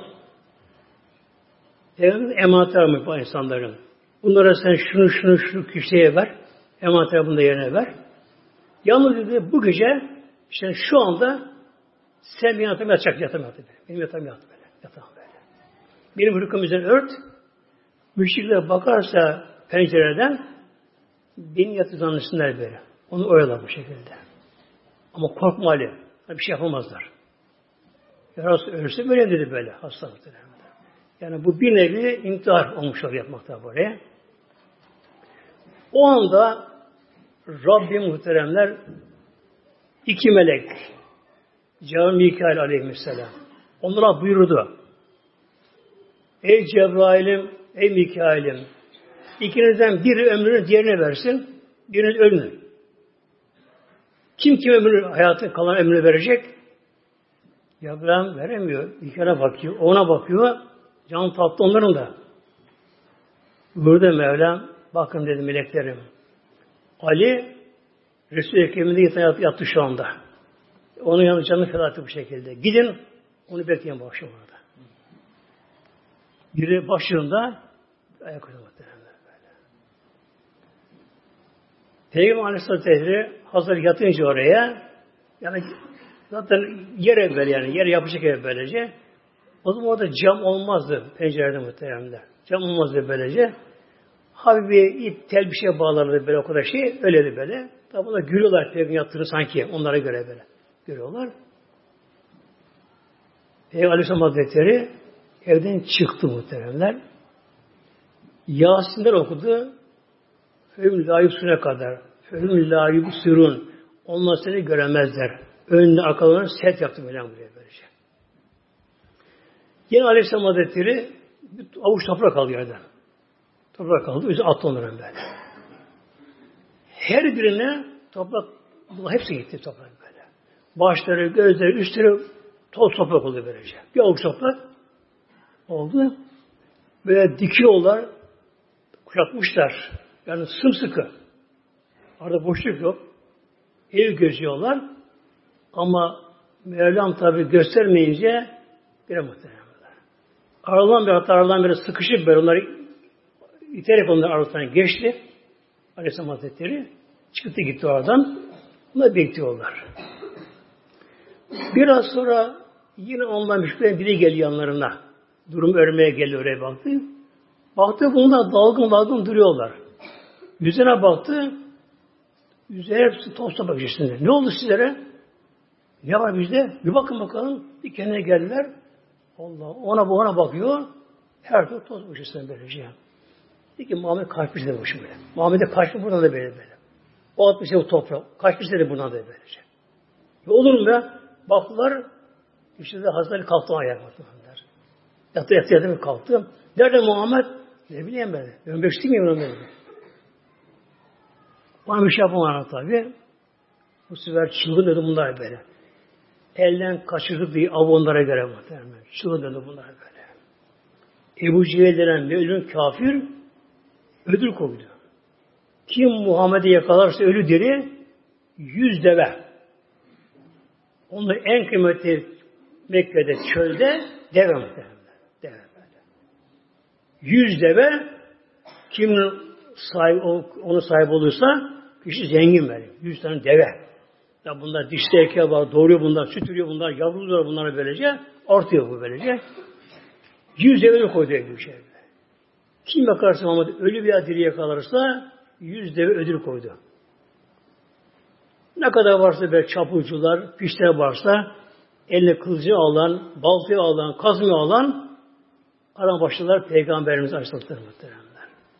Emanetler mı bu insanların? Bunlara sen şunu kişiye ver. Emanetler bunu da yerine ver. Yalnız dedi bu gece işte şu anda sen benim yatağıma yatacak. Benim yatağıma yat böyle. Yatağım böyle. Benim hırkım üzerine ört. Müşrikler bakarsa pencereden benim yatağı zannetsinler böyle. Onu oyalar bu şekilde. Ama korkma Ali. Bir şey yapamazlar. Yarası ölürse böyle dedi böyle hastalıkta. Yani bu bir nevi intihar olmuşlar yapmakta buraya. O anda Rabbim muhteremler iki melek Cebrail Mikail aleyhisselam onlara buyurdu. Ey Cebrail'im, ey Mikail'im ikinizden biri ömrünü diğerine versin, biriniz ölün. Kim ömrünü, hayatı kalan ömrünü verecek? Cebrail veremiyor. Mikail'e bakıyor, ona bakıyor. Can tatlı onların da. Burada Mevlam, bakın dedi meleklerim. Ali, Resul-i Ekrem'de yattı şu anda. Onun yanında canını feda etti bu şekilde. Gidin, onu bekleyin bu akşam orada. Biri başında, ayak uyumadı. Peygamber Aleyhisselatü hazır yatınca oraya, yani zaten yere böyle yani, yere yapacak yer böylece. O zaman orada cam olmazdı pencerede muhteremler. Cam olmazdı böylece. Hafif bir ip, tel bir şeye bağlardı böyle o kadar şey. Öyleydi böyle. Tabi bunlar gülüyorlar Peygamber yattığını sanki. Onlara göre böyle görüyorlar. Peygamber Aleyhisselam Hazretleri evden çıktı muhteremler. Yasin'den okudu. Fehüm la yusune kadar. Fehüm la yusirun. Onlar seni göremezler. Önüne arkalarına set yaptı böyle böylece. Yine Aleyhisselam Hazretleri bir avuç toprak aldı yerden. Toprak kaldı. Üzerine attı onların böyle. Her birine toprak, hepsi gitti toprak böyle. Başları, gözleri, üstleri toz toprak oldu böylece. Bir avuç toprak oldu. Böyle dikiyorlar, kuşatmışlar. Yani sımsıkı. Arada boşluk yok. Ev gözüyorlar. Ama Mevlam tabi göstermeyince bir muhtemelen. Aradan bir sıkışıp böyle onları iterek onları arasından geçti. Aleyhisselam Hazretleri çıktı gitti oradan. Bunlar bekliyorlar. Biraz sonra yine ondan müşkülen biri geldi yanlarına. Durum örmeye geldi oraya baktı. Baktı bunlar dalgın duruyorlar. Yüzüne baktı. Yüzüne hepsi toz toprak içinde. Ne oldu sizlere? Ne var bizde? Bir bakın bakalım. Bir kendine geldiler. Allah ona bakıyor. Her türlü toz içinde böylece. Dedi ki Muhammed kaçmış da boşu böyle. Muhammed'e kaçmış buradan da böyle. O 60 sene bu toprak. Kaç sene buna da böylece. Olur mu be? Baktılar, işte de Hazreti kalktı ayağa. Yatı kalktı. Nerede Muhammed? Ne bileyim ben. Ben beşti miyim onu? Bana bir şey yapamadım tabi. Bu sefer çılgın dedi bunlar böyle. Elden kaçırdık diye av onlara göre muhtemelen. Çılgın dedi bunlar böyle. Ebu Cehil denen bir ölüm kafir ödül koydu. Kim Muhammed'i yakalarsa ölü diri 100 deve. Onun en kıymetli Mekke'de çölde deve muhtemelen. Deve böyle. 100 deve kimin sahibi, onun sahibi olursa kişi zengin böyle. 100 tane deve. Ya bunlar dişli erkeği var, doğuruyor bunlar, sütürüyor bunlar, yavruluyor bunları böylece, artıyor bu böylece. 100 deve koydu bir şey. Kim bakarsa ama ölü veya diri yakalarsa 100 deve ödül koydu. Ne kadar varsa böyle çapulcular, pişler varsa eline kılıcı alan, baltayı alan, kazmayı alan ara başladılar Peygamberimiz Aleyhisselatü muhteremler.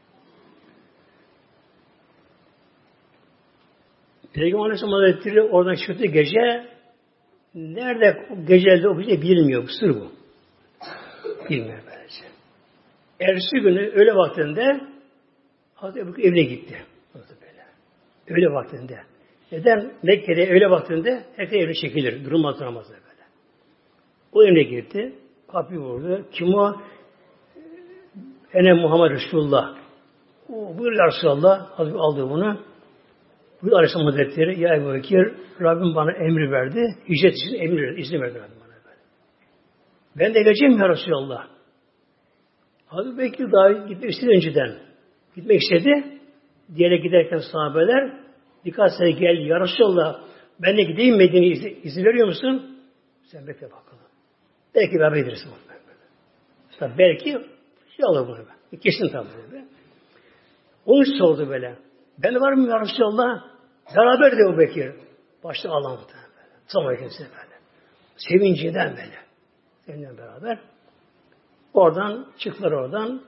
Peygamber Aleyhisselam Hazretleri oradan çıktı gece. Nerede gecelde o gece bilmiyor. Bu sır bu. Bilmiyor böylece. Ertesi günü öğle vaktinde Hazreti Ebu Bekir evine gitti. Öğle vaktinde. Neden? Mekke'de öğle vaktinde herkes evine çekilir. Durum hatırlamaz böyle. O evine girdi. Kapıyı vurdu. Kim o? Ene Muhammed Resulullah. Buyur ya Resulallah. Hazreti aldı bunu. Buyur Aleyhisselam Hazretleri. Ya Ebu Bekir, Rabbim bana emri verdi. Hicret için emir verdi. İzni verdi Rabbim bana böyle. Ben de geleceğim ya Resulallah. Hazreti Bekir daha gitmek istedi önceden. Gitmek istedi. Diğerine giderken sahabeler dikkat etse gel ya Resulallah. Ben de gideyim Medine'ye izin veriyor musun? Sen bekle bakalım. Belki beraber gideriz. Belki şey olur bunu. Kesin tabii. Onu sordu böyle. Ben de var mı ya Resulallah? Beraber de Ebu Bekir. Başta Allah'ım böyle. Sonra kendisine böyle. Sevincinden böyle. Seninle beraber. Oradan çıktılar oradan.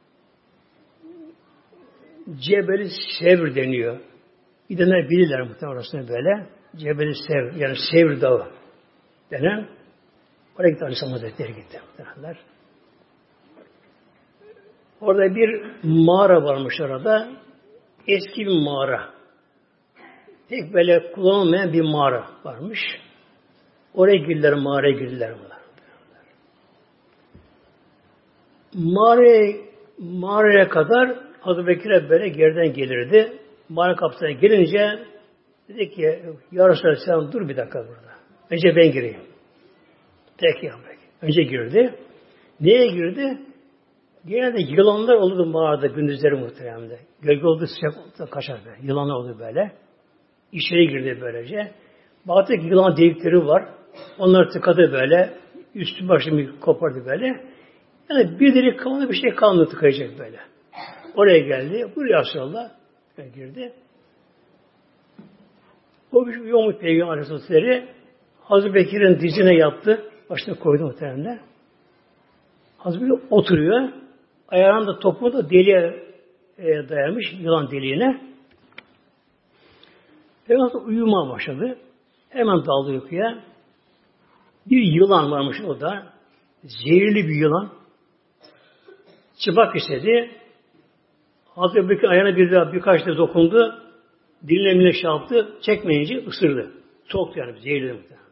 Cebel-i Sevr deniyor. Gidenler bilirler muhtemelen orasını böyle. Cebel-i Sevr, yani Sevr Dağı denen. Oraya gitti Aleyhisselam Hazretleri gitti muhtemelenler. Orada bir mağara varmış orada. Eski bir mağara. Tek böyle kullanılmayan bir mağara varmış. Oraya girdiler, mağaraya girdiler bunlar. Mağaraya kadar Hazreti Bekir'e böyle geriden gelirdi. Mağara kapısına gelince dedi ki ya Resulallah dur bir dakika burada. Önce ben gireyim. Peki ya peki. Önce girdi. Neye girdi? Genelde yılanlar olurdu mağarada gündüzleri muhteremde. Gölge oldu sıcak kaçar böyle. Yılanlar oldu böyle. İçeri girdi böylece. Baktı ki yılan delikleri var. Onlar tıkadı böyle. Üstü başını kopardı böyle. Yani bir delik kalmadı, bir şey kalmadı tıkayacak böyle. Oraya geldi. Buyur ya Resulallah. Girdi. O bir yoğunluk Peygamber Aleyhisselatü Hazreti Bekir'in dizine yattı. Başına koydu muhtemelen. Hazreti Bekir oturuyor. Ayağını da topuğunu da deliğe dayamış. Yılan deliğine. Peygamber uyumaya başladı. Hemen daldı uykuya. Bir yılan varmış o da. Zehirli bir yılan. Çıplak istedi. Hazreti Bekir ayağına birkaç da dokundu. Diline emine şey yaptı. Çekmeyince ısırdı. Soktu yani. Zehirli muhtemelen.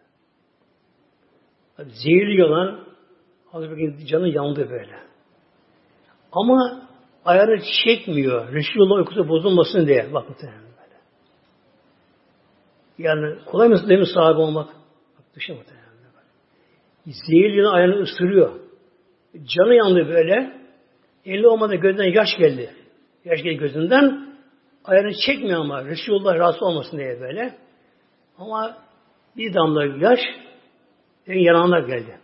Zehirli yılan Hazreti Bekir'in canı yandı böyle. Ama ayarı çekmiyor. Resulullah uykusu bozulmasın diye. Bak muhtemelen böyle. Yani kolay mı demin sahibi olmak? Bak dışa muhtemelen. Zehirli yılan ayağını ısırıyor. Canı yandı böyle. Eli olmadan gözünden yaş geldi. Yaş geldi gözünden. Ayağını çekmiyor ama Resulullah rahatsız olmasın diye böyle. Ama bir damla yaş yanağına geldi.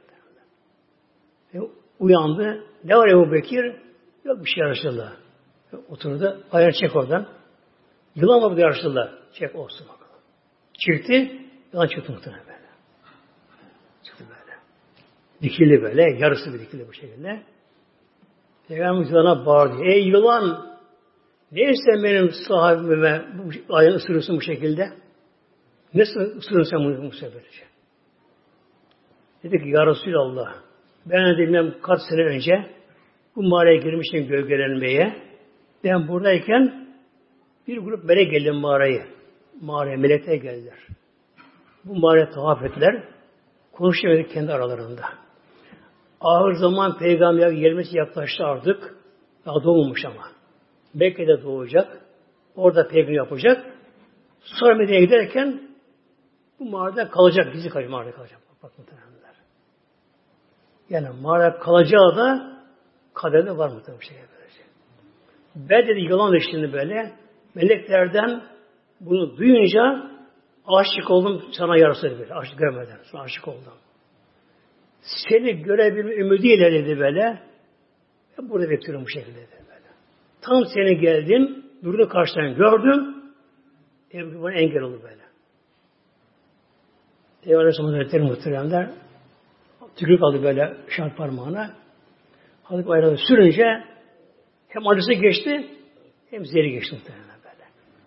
Uyandı. Ne var Ebu Bekir? Yok bir şey Resulullah. Oturdu. Ayağını çek oradan. Yılan mı bu Resulullah? Çek olsun bakalım. Çekti. Yılan çıktı muhtemelen böyle. Çıktı böyle. Dikili böyle. Yarısı bir dikili bu şekilde. Peygamber yılana bağırdı. Ey yılan! Neyse benim sahabime bu ayağını ısırıyorsun bu şekilde? Ne ısırıyorsun sen bunu böylece? Dedi ki ya Resulallah ben dedim kaç sene önce bu mağaraya girmiştim gölgelenmeye. Ben buradayken bir grup melek geldi mağaraya. Mağaraya melekler geldiler. Bu mağaraya tavaf ettiler. Konuşuyorlar kendi aralarında. Ağır zaman peygamber gelmesi yaklaştı artık. Daha doğmamış ama. Mekke'de doğacak. Orada peygamber yapacak. Sonra Medine'ye giderken bu mağarada kalacak. Gizli kalacak. Mağarada kalacak. Bak muhtemelenler. Yani mağarada kalacağı da kaderde var muhtemelen bir şey böylece. Ben dedi yalan şimdi böyle. Meleklerden bunu duyunca aşık oldum sana yarısı böyle. Aşık görmeden. Sonra aşık oldum. Seni görebilme ümidiyle dedi böyle. Ben burada bekliyorum bu şekilde dedi böyle. Tam seni geldim. Durdu karşıdan gördüm. Bana engel oldu böyle. Peygamber Aleyhisselam muhteremler tükürük aldı böyle şart parmağına. Alıp ayranı sürünce hem acısı geçti hem zehri geçti muhtemelen böyle.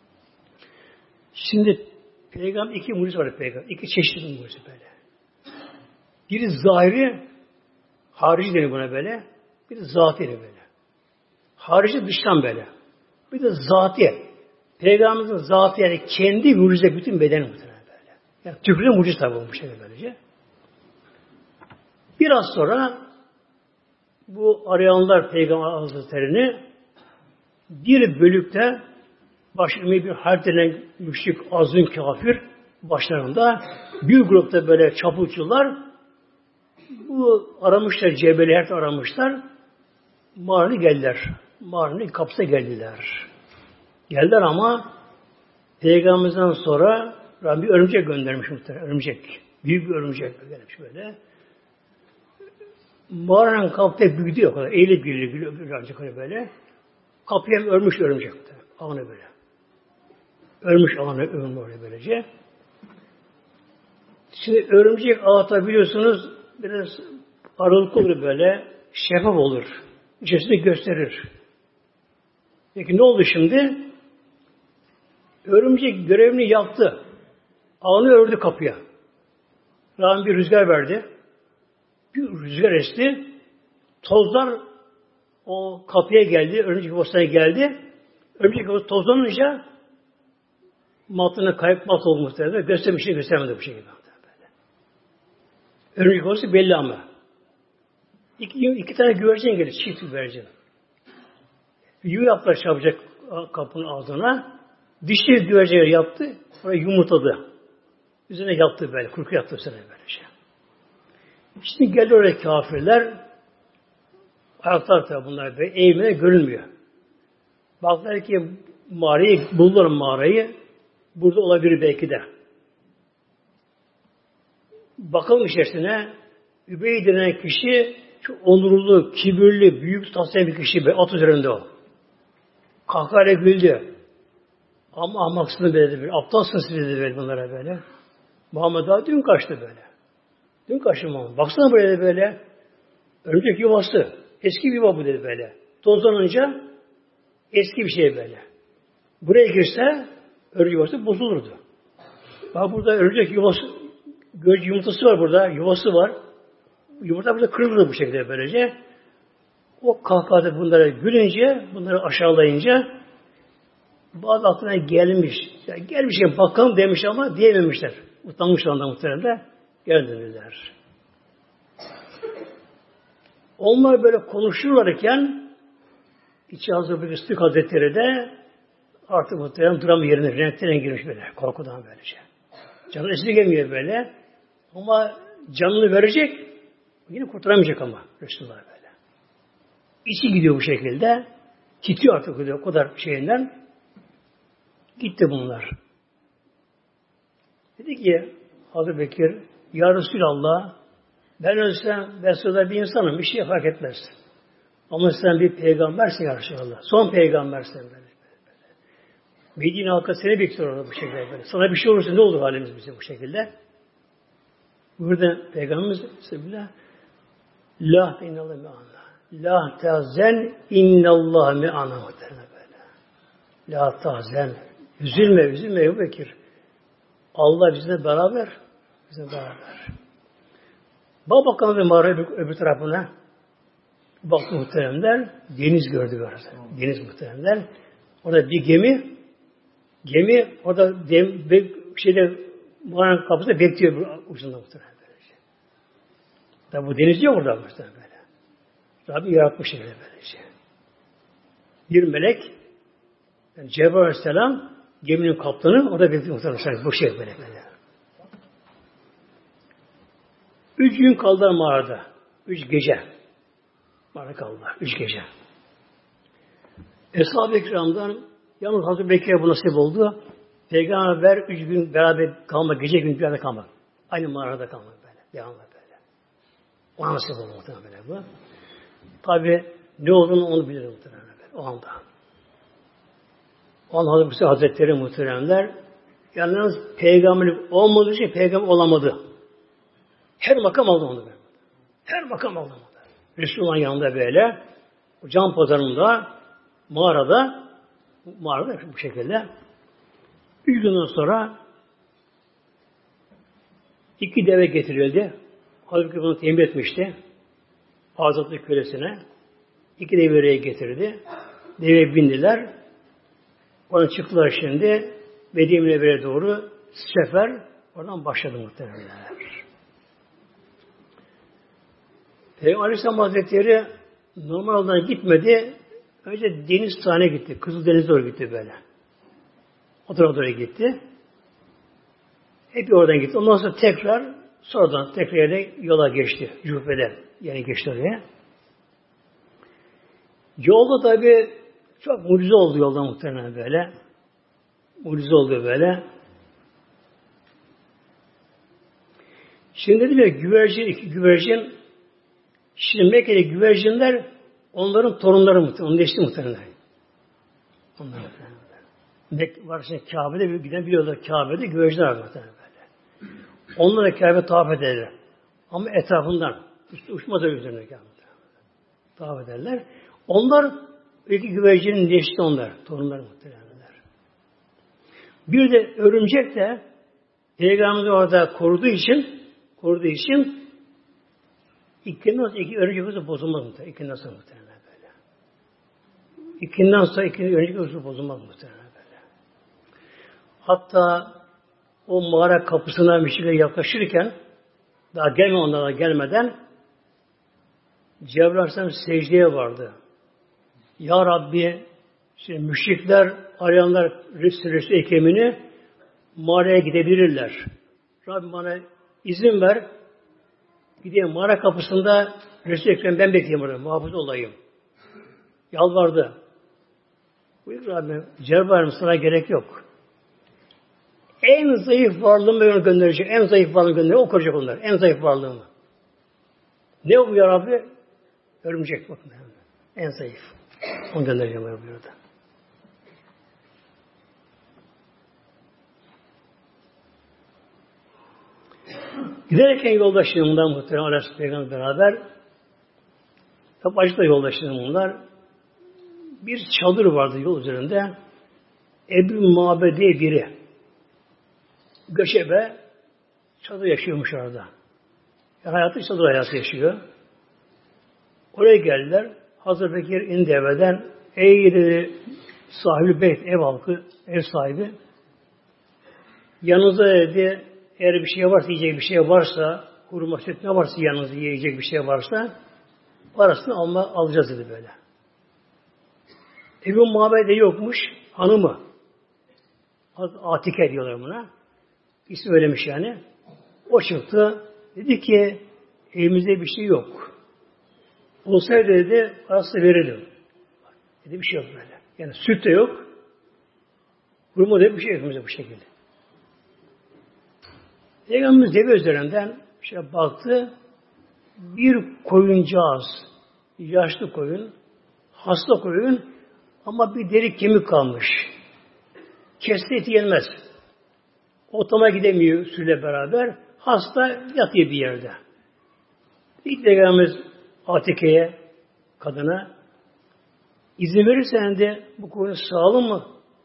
Şimdi Peygamber iki mucize var Peygamber. İki çeşitli mucize böyle. Biri zahiri, harici deniyor buna böyle. Bir de zatî deniyor böyle. Harici dıştan böyle. Bir de zatî. Peygamberimizin zatî yani kendi mucize bütün bedeni muhtemelen böyle. Yani tükürüğü mucize tabi bu şekilde böylece. Biraz sonra bu arayanlar Peygamber Hazretleri'ni bir bölükte başlarında bir harp denen müşrik, azgın kafir başlarında bir grupta böyle çapulcular bu aramışlar, Cebeli Hert aramışlar. Mağaranı geldiler. Mağaranın kapısına geldiler. Geldiler ama Peygamberimizden sonra Rabbi örümcek göndermiş muhtemelen. Örümcek. Büyük bir örümcek göndermiş böyle. Mağaranın kapıda büyüdü o kadar. Eğilip geliyor böyle. Kapıya örmüş örümcek. Ağını böyle. Örmüş ağını örmüş böylece. Şimdi örümcek ağıta biliyorsunuz biraz aralıklı olur böyle. Şeffaf olur. İçerisini gösterir. Peki ne oldu şimdi? Örümcek görevini yaptı. Ağını ördü kapıya. Rabbim bir rüzgar verdi. Bir rüzgar esti. Tozlar o kapıya geldi. Örümcek yuvasına geldi. Örümcek yuvası tozlanınca matını kayıp mat oldu muhtemelen. Göstermişti göstermedi bu şekilde. Örümcek yuvası belli ama. İki tane güvercin gelir. Çift güvercin. Yuva yaptılar çabucak kapının ağzına. Dişli güvercinleri yaptı. Oraya yumurtladı. Üzerine yaptı böyle. Kurku yaptı üzerine böyle şey. Şimdi geldi oraya kafirler. Ayaklar tabi bunlar böyle. Eğimine görünmüyor. Baktılar ki mağarayı, buldular mağarayı. Burada olabilir belki de. Bakalım içerisine Übey denen kişi çok onurlu, kibirli, büyük taslayan bir kişi. At üzerinde o. Kahkahayla güldü. Ama ahmaksınız dedi. Aptalsınız dedi böyle bunlara böyle. Muhammed daha dün kaçtı böyle. Dün kaçtı Muhammed. Baksana buraya böyle. Örümcek yuvası. Eski bir yuva bu dedi böyle. Tozlanınca eski bir şey böyle. Buraya girse örümcek yuvası bozulurdu. Bak burada örümcek yuvası, yumurtası var burada. Yuvası var. Yumurta burada kırılır bu şekilde böylece. O kahkahada bunlara gülünce, bunları aşağılayınca bazı aklına gelmiş. Yani gelmişken bakalım demiş ama diyememişler. Utanmışlar ondan muhtemelen. Geldiler. Onlar böyle konuşurlarken içi hazır bir Sıddık Hazretleri de artık muhtemelen duramıyor yerine. Renkten girmiş böyle. Korkudan böylece. Canı esirgemiyor böyle. Ama canını verecek. Yine kurtaramayacak ama Resulullah böyle. İçi gidiyor bu şekilde. Titriyor artık o kadar şeyinden. Gitti bunlar. Dedi ki Hazreti Bekir, Ya Resulallah, ben ölsem, ben sırada bir insanım, bir şey fark etmez. Ama sen bir peygambersin Ya Resulallah. Son peygambersin böyle. Medine halkı seni bekliyor orada bu şekilde böyle. Sana bir şey olursa ne olur halimiz bize bu şekilde? Burada Peygamberimiz Bismillah La innallah me'ana. La tazen innallah me'ana böyle. La tahzen. Üzülme, üzülme Ebu Bekir. Allah bizimle beraber. Bizimle beraber. Bak bakalım bir mağara öbür tarafına. Baktı muhteremler. Deniz gördü böyle. Deniz muhteremler. Orada bir gemi orada mağaranın kapısında bekliyor ucunda muhterem. Tabi bu deniz yok orada muhterem böyle. Rabbim yaratmış böylece. Bir melek yani Cebrail Aleyhisselam geminin kaptanı orada bekliyor muhterem. Bu şey böyle. 3 gün kaldılar mağarada. 3 gece. Mağarada kaldılar. 3 gece. Eshab-ı Kiram'dan yalnız Hazreti Bekir'e bu nasip oldu. Peygamber 3 gün beraber kalmak, gece gün bir arada kalmak. Aynı mağarada kalmak böyle. Devamlı böyle. Ona nasip oldu muhtemelen böyle bu. Tabi ne olduğunu onu bilir muhtemelen böyle. O anda. O anda Hazreti Hazretleri muhteremler yalnız peygamberlik olmadığı için peygamber olamadı. Her makam aldı onu böyle. Her makam aldı onu. Resulullah'ın yanında böyle o can pazarında mağarada bu şekilde 3 günden sonra 2 deve getirildi. Hazreti bunu temin etmişti. Azatlık kölesine. 2 deveyi getirdi. Deve bindiler. Oradan çıktılar şimdi. Medine'ye doğru sefer oradan başladı muhtemelen. Peygamber Aleyhisselam Hazretleri normal yoldan gitmedi. Önce deniz sahne gitti. Kızıldeniz'e doğru gitti böyle. O tarafa doğru gitti. Hep oradan gitti. Ondan sonra sonradan tekrar yola geçti. Cühbe'den yani geçti oraya. Yolda tabi çok mucize oldu yolda muhtemelen böyle. Mucize oldu böyle. Şimdi dedim ya güvercin şimdi Mekke'de güvercinler onların torunları muhtemelen. Onu geçti muhtemelen. Onlar var şimdi Kabe'de giden biliyorlar Kabe'de güvercinler var muhtemelen böyle. Onlar da Kabe tavaf ederler. Ama etrafından uçmaz öyle üzerine Kabe'de. Tavaf ederler. Onlar belki güvercinin geçti onlar. Torunları muhtemelen. Bir de örümcek de Peygamberimizi orada koruduğu için iki örümcek bozulmaz muhtemelen. İkinden sonra muhtemelen böyle. İkinden sonra örümcek bozulmaz muhtemelen böyle. Hatta o mağara kapısına bir şekilde yaklaşırken daha onlara gelmeden Cebrail Aleyhisselam secdeye vardı. Ya Rabbi müşrikler arayanlar Resul-i Ekrem'ini mağaraya gidebilirler. Rabbim bana izin ver. Gideyim mağara kapısında Resul-i Ekrem ben bekleyeyim orada. Muhafız olayım. Yalvardı. Buyur Rabbim. Cebrail sana gerek yok. En zayıf varlığımı onu gönderecek. En zayıf varlığımı gönderecek. O koruyacak onları. En zayıf varlığımı. Ne o ya Rabbi? Örümcek bakın. En zayıf. Onu göndereceğim orada. Giderken yoldaşlarımdan muhtemelen Aleyhisselam Peygamber beraber tabi acıkla yoldaşlarım bunlar. Bir çadır vardı yol üzerinde. Ebu Muhabbe diye biri. Göçebe çadır yaşıyormuş orada. Yani çadır hayatı yaşıyor. Oraya geldiler. Hazreti Bekir indi evden. Ey dedi sahibi beyt, ev halkı, ev sahibi. Yanınızda dedi eğer bir şey varsa, yiyecek bir şey varsa, hurma süt ne varsa yanınızda yiyecek bir şey varsa parasını alacağız dedi böyle. Ebu Muhammed'de yokmuş hanımı. Atike diyorlar buna. İsmi öylemiş yani. O çıktı. Dedi ki evimizde bir şey yok. Olsaydı dedi parasını verirdim. Dedi bir şey yok böyle. Yani süt de yok. Hurma da bir şey yok bu şekilde. Peygamberimiz deve üzerinden baktı. Bir koyuncağız, yaşlı koyun, hasta koyun ama bir deri kemik kalmış. Kesti eti yenmez. Otama gidemiyor sürüyle beraber. Hasta yatıyor bir yerde. İlk Peygamberimiz Atike'ye, kadına izin verirsen de bu koyun sağlam mı?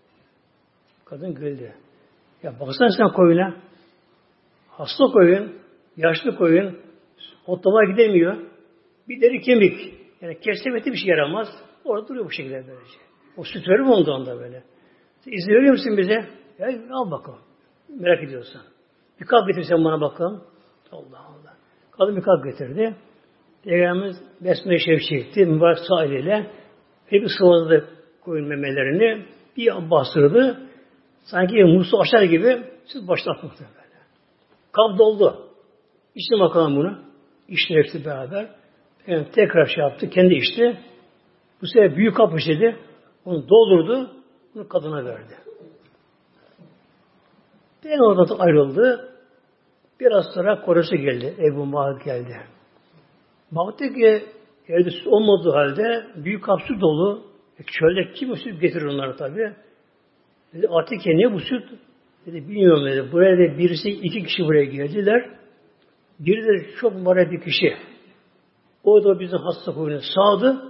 Kadın güldü. Ya baksana sen koyuna. Hasta koyun, yaşlı koyun, otlama gidemiyor. Bir deri kemik. Yani kesemeti bir şey yaramaz. Orada duruyor bu şekilde böylece. O süt verir mi ondan da böyle? Sen izin veriyor musun bize? Ya al bakalım. Merak ediyorsan. Bir kap getir sen bana bakalım. Allah Allah. Kadın bir kap getirdi. Peygamberimiz besmele şerif çekti. Mübarek sağ eliyle bir sıvazladı koyun memelerini. Bir bastırdı. Sanki musluğu açar gibi siz başlatmıştı böyle. Kap doldu. İçti bakalım bunu. İçti hepsi beraber. Yani tekrar şey yaptı. Kendi içti. Bu sefer büyük kap işledi. Onu doldurdu. Bunu kadına verdi. Ben oradan ayrıldı. Biraz sonra korusu geldi. Ebu Mahir geldi. Baktı ki evde süt olmadığı halde büyük kap süt dolu. Çölde kim süt getirir onları tabi. Dedi Atike ne bu süt? Dedi bilmiyorum dedi. Buraya da birisi 2 kişi buraya geldiler. Biri de çok mübarek bir kişi. O da bizim hasta koyunu sağdı.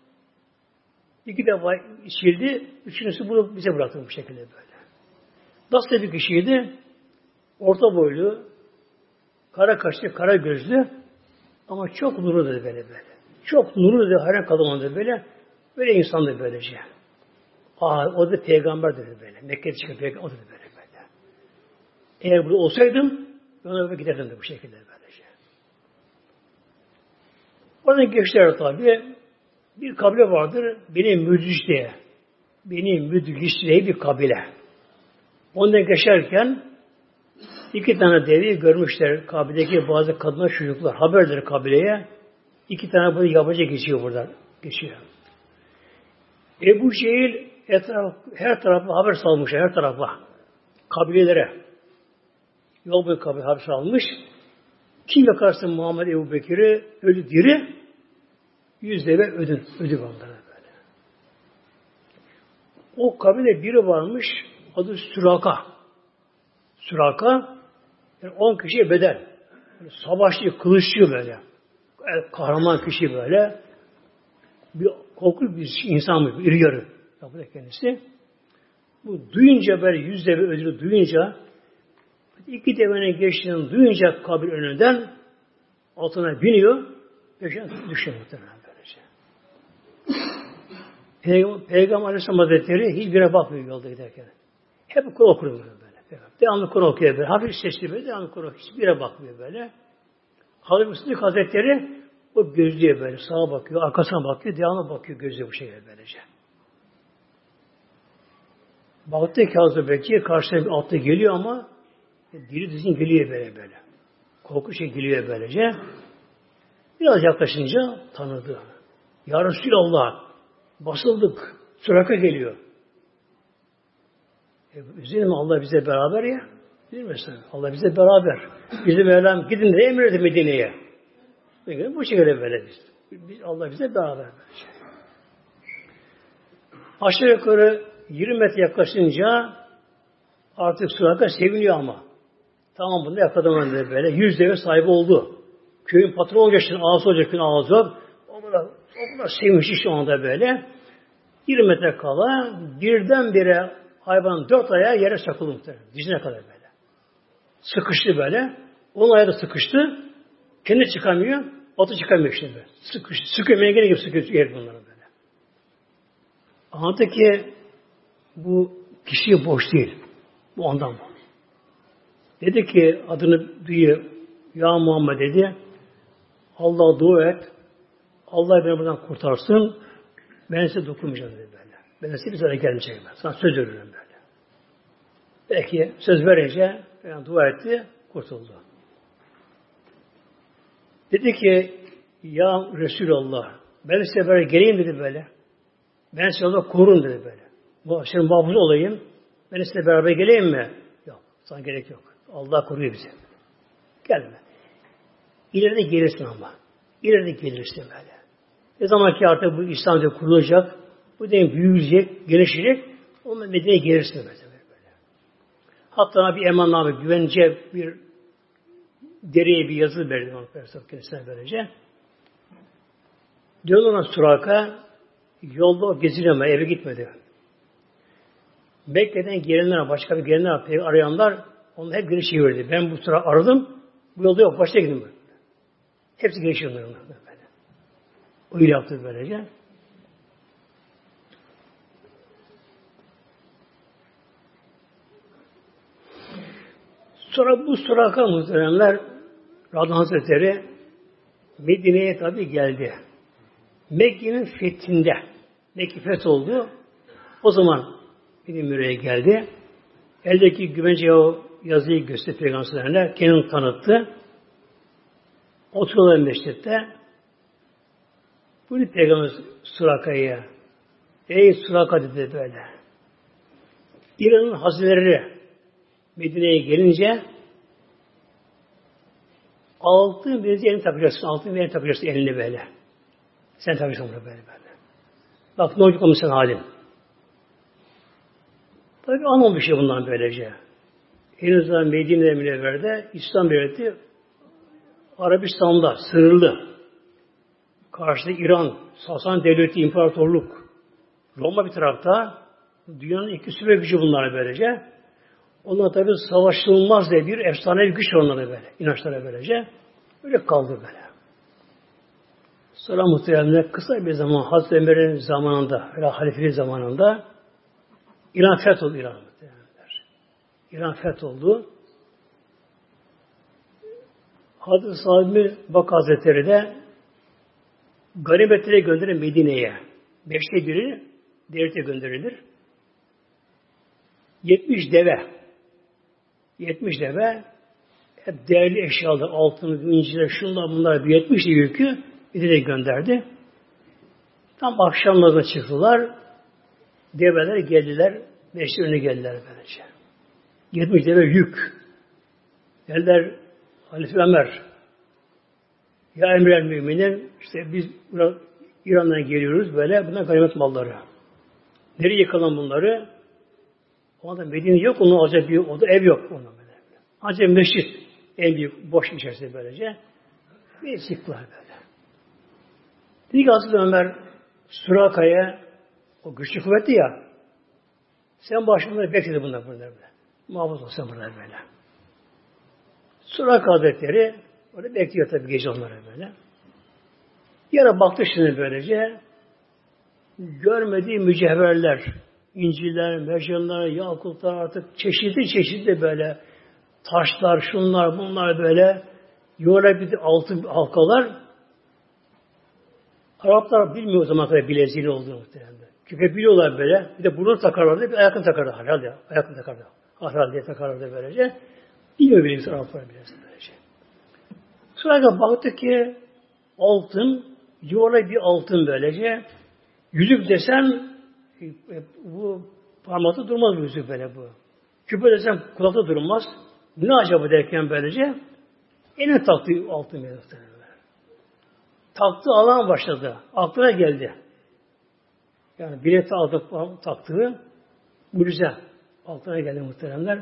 2 defa içildi. 3.'sü bunu bize bıraktı bu şekilde böyle. Nasıl bir kişiydi? Orta boylu, kara kaşlı, kara gözlü ama çok nurlu dedi böyle. Çok nurlu dedi, hayran kalamadı böyle. Böyle insandı böylece. O da peygamber dedi böyle. Mekke'de çıkan peygamber o dedi böyle. Eğer burada olsaydım ona giderdim de bu şekilde böylece. Oradan geçtiler tabi. Bir kabile vardır. Beni Müdliş diye. Beni Müdliş diye bir kabile. Ondan geçerken 2 tane devi görmüşler. Kabiledeki bazı kadınlar, çocuklar. Haberleri kabileye. 2 tane böyle yabancı geçiyor buradan. Geçiyor. Ebu Cehil her tarafa haber salmış. Her tarafa. Kabilelere. Yol boyu kabile haber salmış. Kim yakarsın Muhammed Ebu Bekir'i ölü diri 100 deve ödül onlara böyle. O kabile biri varmış. Adı Süraka. Süraka yani 10 kişiye bedel. Yani savaşçı, kılıççı böyle. Kahraman kişi böyle. Bir korkunç bir insan, bir iri yarı yapıyor kendisi. Bu duyunca böyle 100 deve ödülü duyunca 2 devenin geçtiğini duyunca kabir önünden altına biniyor ve düşüyor muhtemelen böylece. Peygamber Aleyhisselam Hazretleri hiçbirine bakmıyor yolda giderken. Hep Kur'an okuyor böyle. Devamlı Kur'an okuyor böyle. Hafif sesli böyle devamlı Kur'an okuyor. Hiçbirine bakmıyor böyle. Hazreti Sıddık Hazretleri o gözlüyor böyle. Sağa bakıyor, arkasına bakıyor, devamlı bakıyor gözlüyor bu şekilde böylece. Baktı ki Hazreti Bekir karşıya bir atlı geliyor ama dili dizin geliyor böyle. Korku şey geliyor böylece. Biraz yaklaşınca tanıdı. Ya Resulallah basıldık. Süraka geliyor. Üzülme Allah bize beraber ya. Üzülme sen. Allah bize beraber. Bizim Mevlam gidin de emredi Medine'ye. Bu şekilde böyle biz. Allah bize beraber. Aşağı yukarı 20 metre yaklaşınca artık Süraka seviniyor ama. Tamam bunu yakaladım dedi böyle. 100 deve sahibi oldu. Köyün patronu olacak şimdi. Ağası olacak köyün ağası yok. O kadar sevinmiş şu anda böyle. 20 metre kala birdenbire hayvanın 4 ayağı yere çakıldı muhtemelen. Dizine kadar böyle. Sıkıştı böyle. Onun ayağı da sıkıştı. Kendi çıkamıyor. Atı çıkamıyor şimdi. Sıkıştı. Sıkıyor. Mengene gibi sıkıyor yer bunları böyle. Anlattı ki bu kişi boş değil. Bu ondan bu. Dedi ki adını duyuyor. Ya Muhammed dedi. Allah'a dua et. Allah beni buradan kurtarsın. Ben size dokunmayacağım dedi böyle. Ben size bir zarar gelmeyecek. Sana söz veriyorum böyle. Belki söz verince yani dua etti. Kurtuldu. Dedi ki ya Resulallah ben size böyle geleyim dedi böyle. Ben size Allah korun dedi böyle. Bu senin muhafız olayım. Ben size beraber geleyim mi? Yok. Sana gerek yok. Allah koruyor bizi. Gelme. İleride gelirsin ama. İleride gelirsin böyle. Ne zaman ki artık bu İslam'da kurulacak, bu din büyüyecek, gelişecek, o Medine'ye gelirsin böyle. Hatta bir emanname, güvence bir dereye bir yazı verdi kendisine böylece. Diyorlar ona Suraka, yolda o geziniyor ama eve gitmedi. Mekke'den gelenler, başka bir gelenler, arayanlar, onlar hep geri çevirdi. Ben bu sıra aradım, bu yolda yok, başta gidin böyle. Hepsi geri çevirdi böyle. Öyle yaptı böylece. Sonra bu Suraka muhteremler Radhan Hazretleri Medine'ye tabi geldi. Mekke'nin fethinde Mekke feth oldu. O zaman Medine'ye geldi. Eldeki güvence o yazıyı gösterdi Peygamber'e. Kendini tanıttı. Oturuyorlar meşritte. Bunu Peygamber Suraka'ya ey Suraka dedi böyle. İran'ın hazineleri Medine'ye gelince altın bileziği elini takacaksın. Altın bileziği takacaksın elini böyle. Sen takacaksın bunu böyle. Bak ne olacak olmuş sen halin. Tabi anlam bir şey bundan böylece. Henüz daha Medine'de Münevver'de İslam devleti Arabistan'da sınırlı. Karşıda İran, Sasani Devleti, İmparatorluk. Roma bir tarafta. Dünyanın iki süper gücü bunlar böylece. Onlar tabi savaşılmaz diye bir efsanevi güç onlara böyle. İnançlara böylece. Öyle kaldı böyle. Sonra muhtemelen kısa bir zaman Hazreti Ömer'in zamanında, halifeliği zamanında İran fetholdu İran muhtemelen. İran fetholdu. Hazreti Sa'd Bak Hazretleri de ganimetlere gönderir Medine'ye. 5'te biri devlete gönderilir. 70 deve. 70 deve hep değerli eşyalar, altın, inciler, şunlar bunlar 70 yükü Medine'ye gönderdi. Tam akşamlarına çıktılar. Develer geldiler. Meşri önüne geldiler böylece. 70 deve yük. Geldiler Halife Ömer. Ya emrel müminin işte biz İran'dan geliyoruz böyle. Bunlar ganimet malları. Nereye yıkalım bunları? O anda Medine yok. Onun alacak bir oda ev yok. Ancak mescit en büyük boş içerisinde böylece. Ve çıktılar böyle. Dedi ki Hazreti Ömer Suraka'ya o güçlü kuvvetli ya sen başımda bekledi bunlar böyle. Muhafız olsan bunlar böyle. Suraka Hazretleri orada bekliyor tabii gece onlara böyle. Yara baktı şimdi böylece görmediği mücevherler, inciler, mercanlar, yakutlar artık çeşitli böyle taşlar, şunlar, bunlar böyle yuvarlak bir altın halkalar. Araplar bilmiyor o zaman kadar bileziğin olduğunu muhtemelen. Küpe biliyorlar böyle. Bir de bunu takarlardı, bir ayakını takarlardı herhalde. Ayakını takarlardı. Ahral diye takarlardı böylece. Bilmiyor bileziğin Araplar bileziğin böylece. Sonra baktı ki altın, yuvarlak bir altın böylece. Yüzük desen bu parmakta durmaz bu yüzük böyle bu. Küpe desen kulakta durmaz. Ne acaba derken böylece eline taktı altın muhtemelen. Taktı alan başladı. Aklına geldi. Yani bileti aldık taktığı mucize. Aklına geldi muhteremler.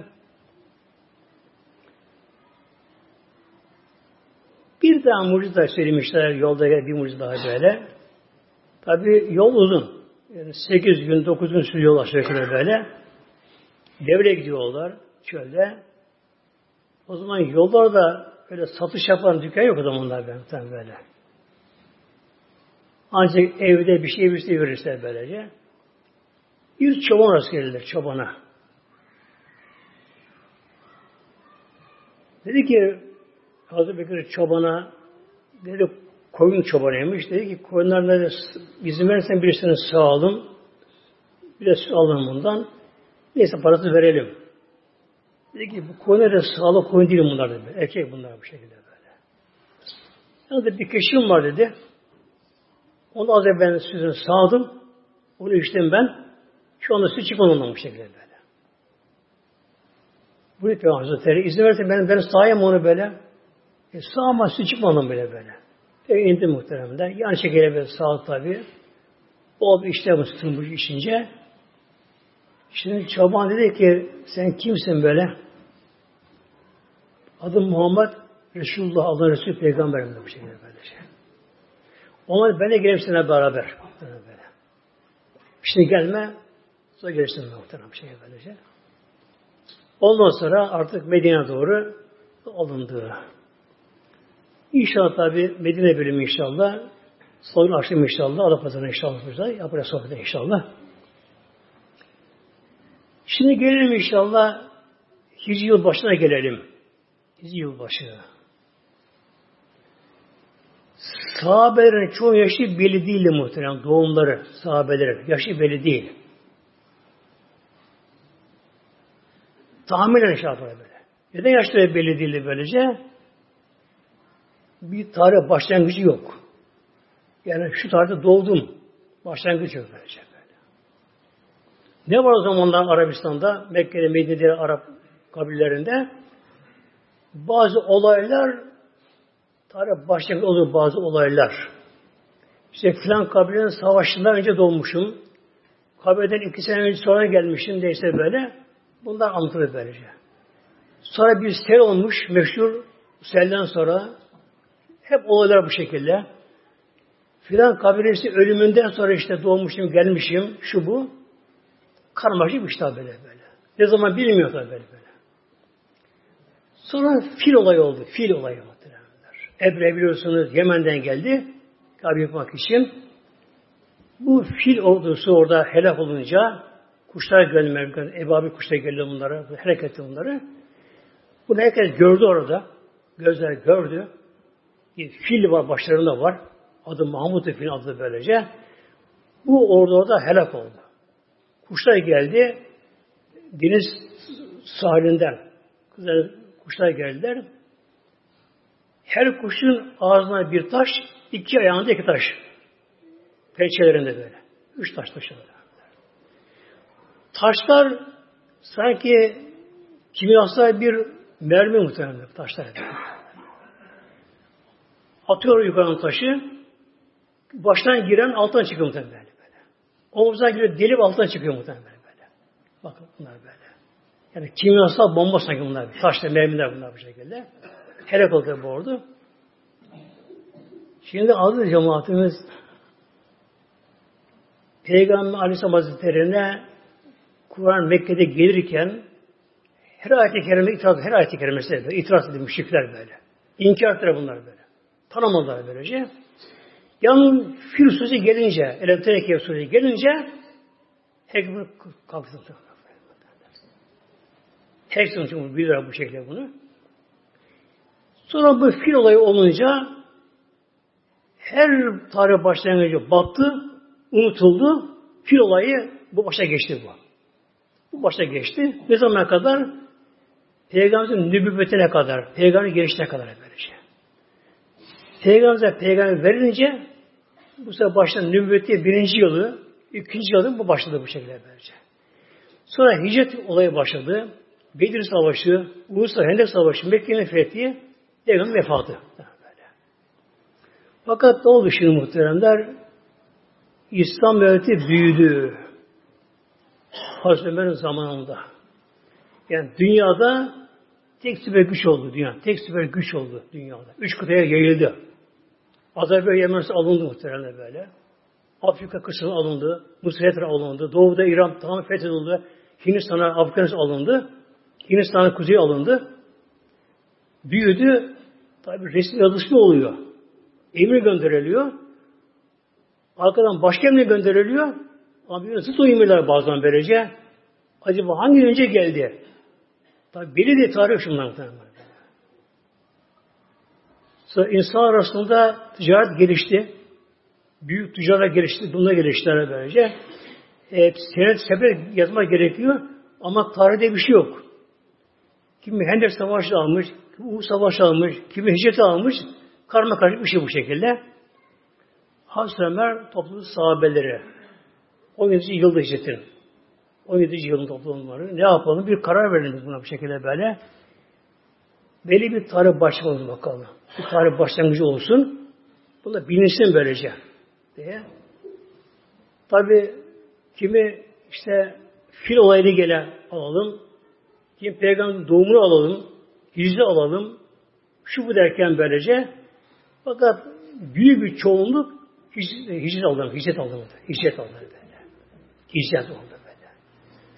Bir daha mucize daha söylemişler. Yolda bir mucize daha böyle. Tabi yol uzun. Yani 8 gün, 9 gün sürüyor yol aşağı yukarı böyle. Devre gidiyorlar çölde. O zaman yollarda öyle satış yapan dükkan yok o zamanlar böyle. Ancak evde bir şey verirse böylece. Bir çoban rast gelirler çobana. Dedi ki Hazreti Bekir çobana dedi koyun çobanıymış. Dedi ki koyunlarına izin verirsen birisini sağalım. Bir de su alalım bundan. Neyse parası verelim. Dedi ki bu koyunlar sağlık koyun değil bunlar dedi. Erkek bunlar bu şekilde böyle. Yani bir keşifim var dedi. Onu az evvel ben sütünü sağdım. Onu içtim ben. Şu anda süt çıkmadan bu şekilde böyle. Bu ne Peygamber Hazretleri? İzin verirse ben sağayım onu böyle. Sağma süt çıkmadan böyle. İndi muhteremler. Yan şekere böyle sağ tabi. O bir işte bu sütün içince. Şimdi çoban dedi ki sen kimsin böyle? Adım Muhammed Resulullah Allah'ın Resulü Peygamberim de bu şekilde böyle şey. Onlar benimle gelip seninle beraber. Şimdi gelme Sonra geliştirdim muhtemelen bir şey böylece. Ondan sonra artık Medine'ye doğru alındı. İnşallah tabi Medine bölümü inşallah. Sonra akşam inşallah. Adapazarı'na inşallah. Yapacağız sohbete inşallah. Şimdi gelelim inşallah. Hicri yıl başına gelelim. Hicri yıl başı. Sahabelerin çoğu yaşı belli değil muhtemelen. Doğumları sahabelerin. Yaşı belli değil. Tahminen inşallah böyle. Neden yaşları belli değildi böylece? Bir tarih başlangıcı yok. Yani şu tarihte doğdum. Başlangıç yok böylece. Böyle. Ne var o zamanlar Arabistan'da, Mekke'de, Medine'de, Arap kabilelerinde? Bazı olaylar, tarih başlangıç olur bazı olaylar. İşte filan kabilenin savaşından önce doğmuşum. Kabileden 2 sene önce sonra gelmişim deyse böyle. Bunlar anlatılır böylece. Sonra bir sel olmuş, meşhur selden sonra hep olaylar bu şekilde. Filan kabilesi ölümünden sonra işte doğmuşum, gelmişim, şu bu. Karmaşık bir şey böyle. Ne zaman bilmiyor tabii böyle. Sonra fil olayı oldu. Fil olayı oldu. Ebre biliyorsunuz Yemen'den geldi. Kabe yapmak için. Bu fil ordusu orada helak olunca kuşlar geldi. Ebabil kuşlar geldi bunlara. Helak etti bunları. Bunu herkes gördü orada. Gözler gördü. Bir fil var, başlarında var. Adı Mahmud-u Fil adı böylece. Bu orada helak oldu. Kuşlar geldi. Deniz sahilinden. Kuşlar geldiler. Her kuşun ağzına bir taş, 2 ayağında 2 taş. Pençelerinde böyle. 3 taş taşıdı. Taşlar sanki kimyasal bir mermi muhtemelen taşlar. Atıyor yukarıdan taşı. Baştan giren alttan çıkıyor muhtemelen böyle. Omuzdan giriyor, delip alttan çıkıyor muhtemelen böyle. Bakın bunlar böyle. Yani kimyasal bomba sanki bunlar. Taşlar, mermiler bunlar bu şekilde. Helak oldu bu ordu. Şimdi aziz cemaatimiz Peygamber Aleyhisselam Hazretleri'ne Kur'an Mekke'de gelirken her ayet-i kerime her ayet-i kerimesi itiraz edilmiş müşrikler böyle. İnkar ettiler bunlar böyle. Tanımadılar böylece. Yalnız fil sözü gelince, Elem-Tereke sözü gelince herkes kalktı. Herkes biliyor bu şekilde bunu. Sonra bu fil olayı olunca her tarih başlangıcı battı, unutuldu. Fil olayı bu başa geçti bu. Bu başa geçti. Ne zamana kadar? Peygamberin nübüvvetine kadar, peygamberin gelişine kadar böylece. Peygamber verince bu sefer başladı nübüvveti 1. yılı, 2. yılı bu başladı bu şekilde böylece. Sonra hicret olayı başladı. Bedir Savaşı, Ulusal Hendek Savaşı, Mekke'nin fethi, Peygamberin vefatı. Böyle. Fakat ne oldu şimdi muhteremler? İslam devleti büyüdü. Hazreti Ömer'in zamanında. Yani dünyada tek süper güç oldu dünya. Tek süper güç oldu dünyada. 3 kıtaya yayıldı. Azerbaycan Yemen'si alındı muhteremler böyle. Afrika kısmı alındı. Mısır alındı. Doğuda İran tamamen fethedildi. Hindistan'a, Afganistan alındı. Hindistan'ın kuzeyi alındı. Büyüdü. Tabi resmi yazısı oluyor. Emir gönderiliyor. Arkadan başka emir gönderiliyor. Ama bir zıt o emirler bazen böylece. Acaba hangi önce geldi? Tabi belli de tarih şundan. Sonra insan arasında ticaret gelişti. Büyük ticaret gelişti. Bunlar geliştiler böylece. Senet sebep yazmak gerekiyor. Ama tarihte bir şey yok. Kimi Hendek Savaşı almış, kimi Uhud Savaşı almış, kimi hicreti almış. Karma karışık bir şey bu şekilde. Hazreti Ömer topladı sahabeleri. 17. yılda hicretin. 17. yılın toplumları. Ne yapalım? Bir karar verelim buna bu şekilde böyle. Belli bir tarih başlangıcı bakalım. Bir tarih başlangıcı olsun. Bu da bilinsin böylece. Diye. Tabi kimi işte fil olayını gele alalım. Kimi peygamberin doğumunu alalım. Hicri alalım. Şu bu derken böylece. Fakat büyük bir çoğunluk hicret aldı. Hicret aldı böyle. Hicret oldu böyle.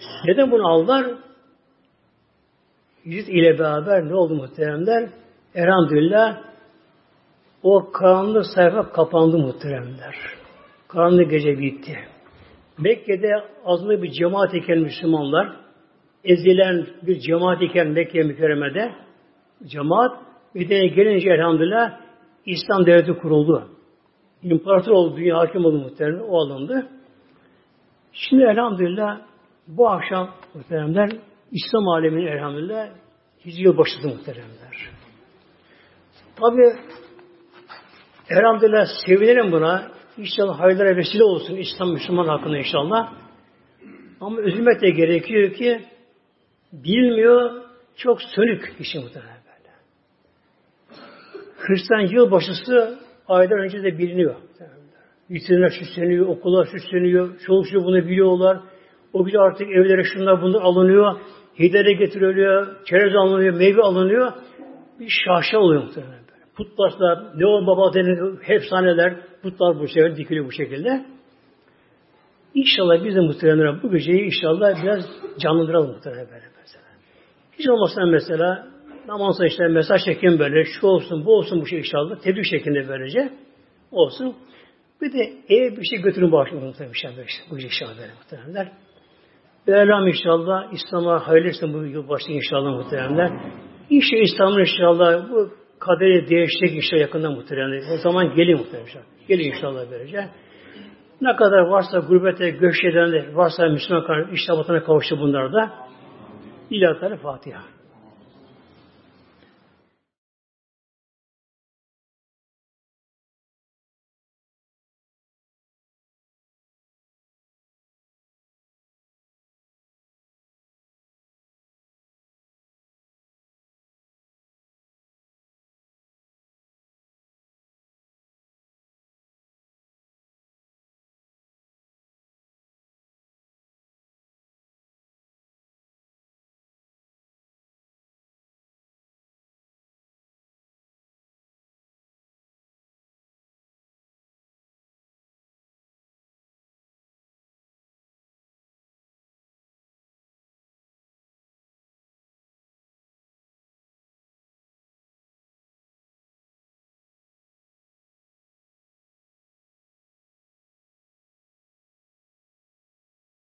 Neden bunu aldılar? Hicret ile beraber ne oldu muhteremler? Elhamdülillah o karanlık sayfa kapandı muhteremler. Karanlık gece bitti. Mekke'de azınlık bir cemaat iken Müslümanlar, ezilen bir cemaat iken Mekke mükerremede cemaat Medine'ye gelince elhamdülillah İslam devleti kuruldu. İmparator oldu, dünya hakim oldu muhteremler, o alındı. Şimdi elhamdülillah bu akşam muhteremler İslam aleminin elhamdülillah Hicri yıl başladı muhteremler. Tabi elhamdülillah sevinelim buna. İnşallah hayırlara vesile olsun İslam Müslüman hakkında inşallah. Ama üzülmek de gerekiyor ki bilmiyor, çok sönük kişi muhtemelen böyle. Hristiyan yılbaşısı aylar önce de biliniyor. Vitrinler süsleniyor, okullar süsleniyor, çoluk çocuk bunu biliyorlar. O gün artık evlere şunlar bunlar alınıyor, hediyeler getiriliyor, çerez alınıyor, meyve alınıyor. Bir şaşa oluyor muhtemelen böyle. Putlaşlar, ne o baba denilen efsaneler, putlar bu sefer dikiliyor bu şekilde. İnşallah biz de muhtemelen bu geceyi inşallah biraz canlandıralım muhtemelen böyle mesela. Hiç olmazsa mesela namazda işte mesaj çekin böyle, şu olsun, bu olsun bu şey inşallah, tebrik şeklinde böylece olsun. Bir de bir şey götürün bağışlayın muhtemelen bu gece inşallah böyle muhtemelen. Mevlam inşallah İslam'a hayırlı etsin bu yıl başlayın inşallah muhtemelen. İnşallah İslam'ın inşallah bu kaderi değişecek inşallah yakında muhtemelen. O zaman gelin muhtemelen inşallah. Gelin inşallah böylece. Ne kadar varsa gurbete göç edenler, varsa Müslüman inşallah vatana kavuştu bunlar da. İlahi Teala Fatiha.